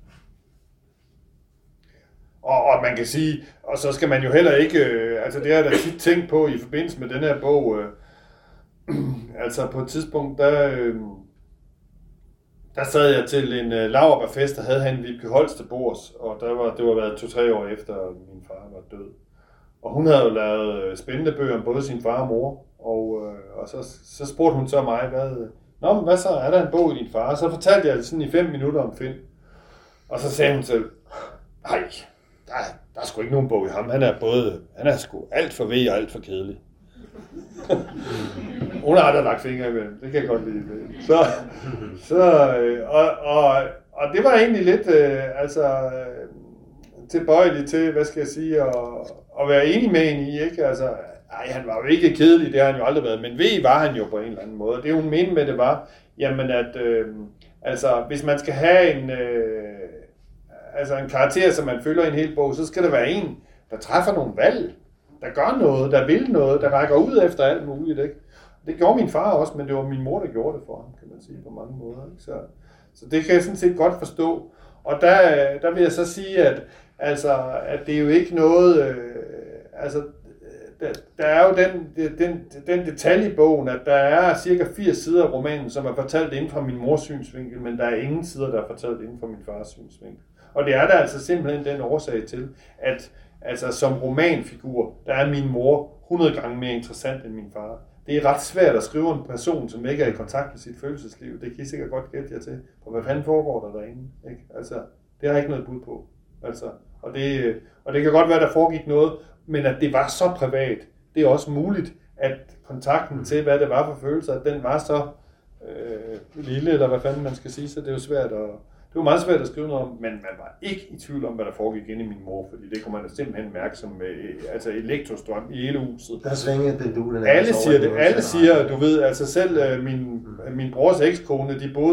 Og, og man kan sige, og så skal man jo heller ikke, øh, altså det har jeg da tit tænkt på i forbindelse med den her bog, øh, altså på et tidspunkt, der, øh, der sad jeg til en øh, laurbærfest, der havde han Vibeke Holst til bords, og der var, det var været to-tre år efter, min far var død. Og hun havde jo lavet spændende bøger om både sin far og mor, og, øh, og så, så spurgte hun så mig, hvad, Nå, hvad så, er der en bog i din far? Og så fortalte jeg sådan i fem minutter om Finn, og så sagde hun selv, nej, Der, der er sgu ikke nogen bog i ham. Han er både, han er sgu alt for ved og alt for kedelig. Hun har aldrig lagt fingre imellem. Det kan jeg godt lide. Så, så og, og, og det var egentlig lidt, øh, altså, øh, tilbøjeligt til, hvad skal jeg sige, at, at være enig med hende i, ikke? Altså, ej, han var jo ikke kedelig, det har han jo aldrig været, men ved var han jo på en eller anden måde. Det hun mente med det var, jamen at, øh, altså, hvis man skal have en, øh, altså en karakter, som man følger i en hel bog, så skal der være en, der træffer nogle valg, der gør noget, der vil noget, der rækker ud efter alt muligt, ikke? Det gjorde min far også, men det var min mor, der gjorde det for ham, kan man sige, på mange måder, ikke? Så, så det kan jeg sådan set godt forstå. Og der, der vil jeg så sige, at, altså, at det er jo ikke noget, øh, altså, der, der er jo den, den, den detalje i bogen, at der er cirka firs sider af romanen, som er fortalt inden fra min mors synsvinkel, men der er ingen sider, der er fortalt inden fra min fars synsvinkel. Og det er der altså simpelthen den årsag til, at altså, som romanfigur, der er min mor hundrede gange mere interessant end min far. Det er ret svært at skrive en person, som ikke er i kontakt med sit følelsesliv. Det kan I sikkert godt gætte jer til. For hvad fanden foregår der derinde? Ikke? Altså, det har jeg ikke noget bud på. Altså, og, det, og det kan godt være, der foregik noget, men at det var så privat, det er også muligt, at kontakten til, hvad det var for følelser, at den var så øh, lille, eller hvad fanden man skal sige, så det er jo svært at... Det var meget svært at skrive noget om, men man var ikke i tvivl om, hvad der foregik inde i min mor, fordi det kunne man simpelthen mærke som altså elektrostrøm i hele huset. Der svingede pendulen. Alle siger det. Alle siger, du ved, altså selv uh, min, min brors ekskone, de boede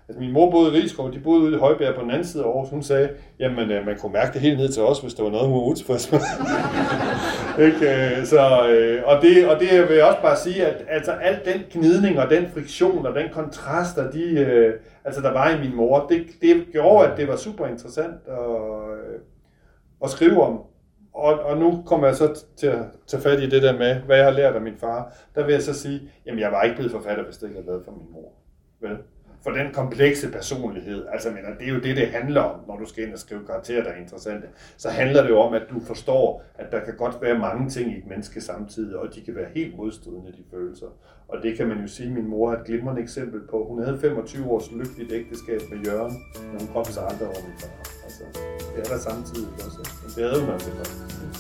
Altså min mor boede i Rigskov, de boede ude i Højbjerg på den anden side af Aarhus. Hun sagde, jamen øh, man kunne mærke det helt ned til os, hvis der var noget, hun var utilfreds med. Ikke? Så, øh, og, det, og det vil jeg også bare sige, at altså, alt den gnidning og den friktion og den kontraster, de, øh, altså, der var i min mor, det, det gjorde, at det var super interessant at, øh, at skrive om. Og, og nu kommer jeg så til at tage fat i det der med, hvad jeg har lært af min far. Der vil jeg så sige, jamen jeg var ikke blevet forfatter, hvis det ikke havde været for min mor. Vel? For den komplekse personlighed, altså mener, det er jo det, det handler om, når du skal ind og skrive karakterer, der er interessante. Så handler det jo om, at du forstår, at der kan godt være mange ting i et menneske samtidig, og de kan være helt modstridende, de følelser. Og det kan man jo sige, at min mor har et glimrende eksempel på. Hun havde femogtyve års lykkeligt ægteskab med Jørgen, men hun kom så aldrig over min far. Altså, det er der samtidig også. Men det havde hun altså godt.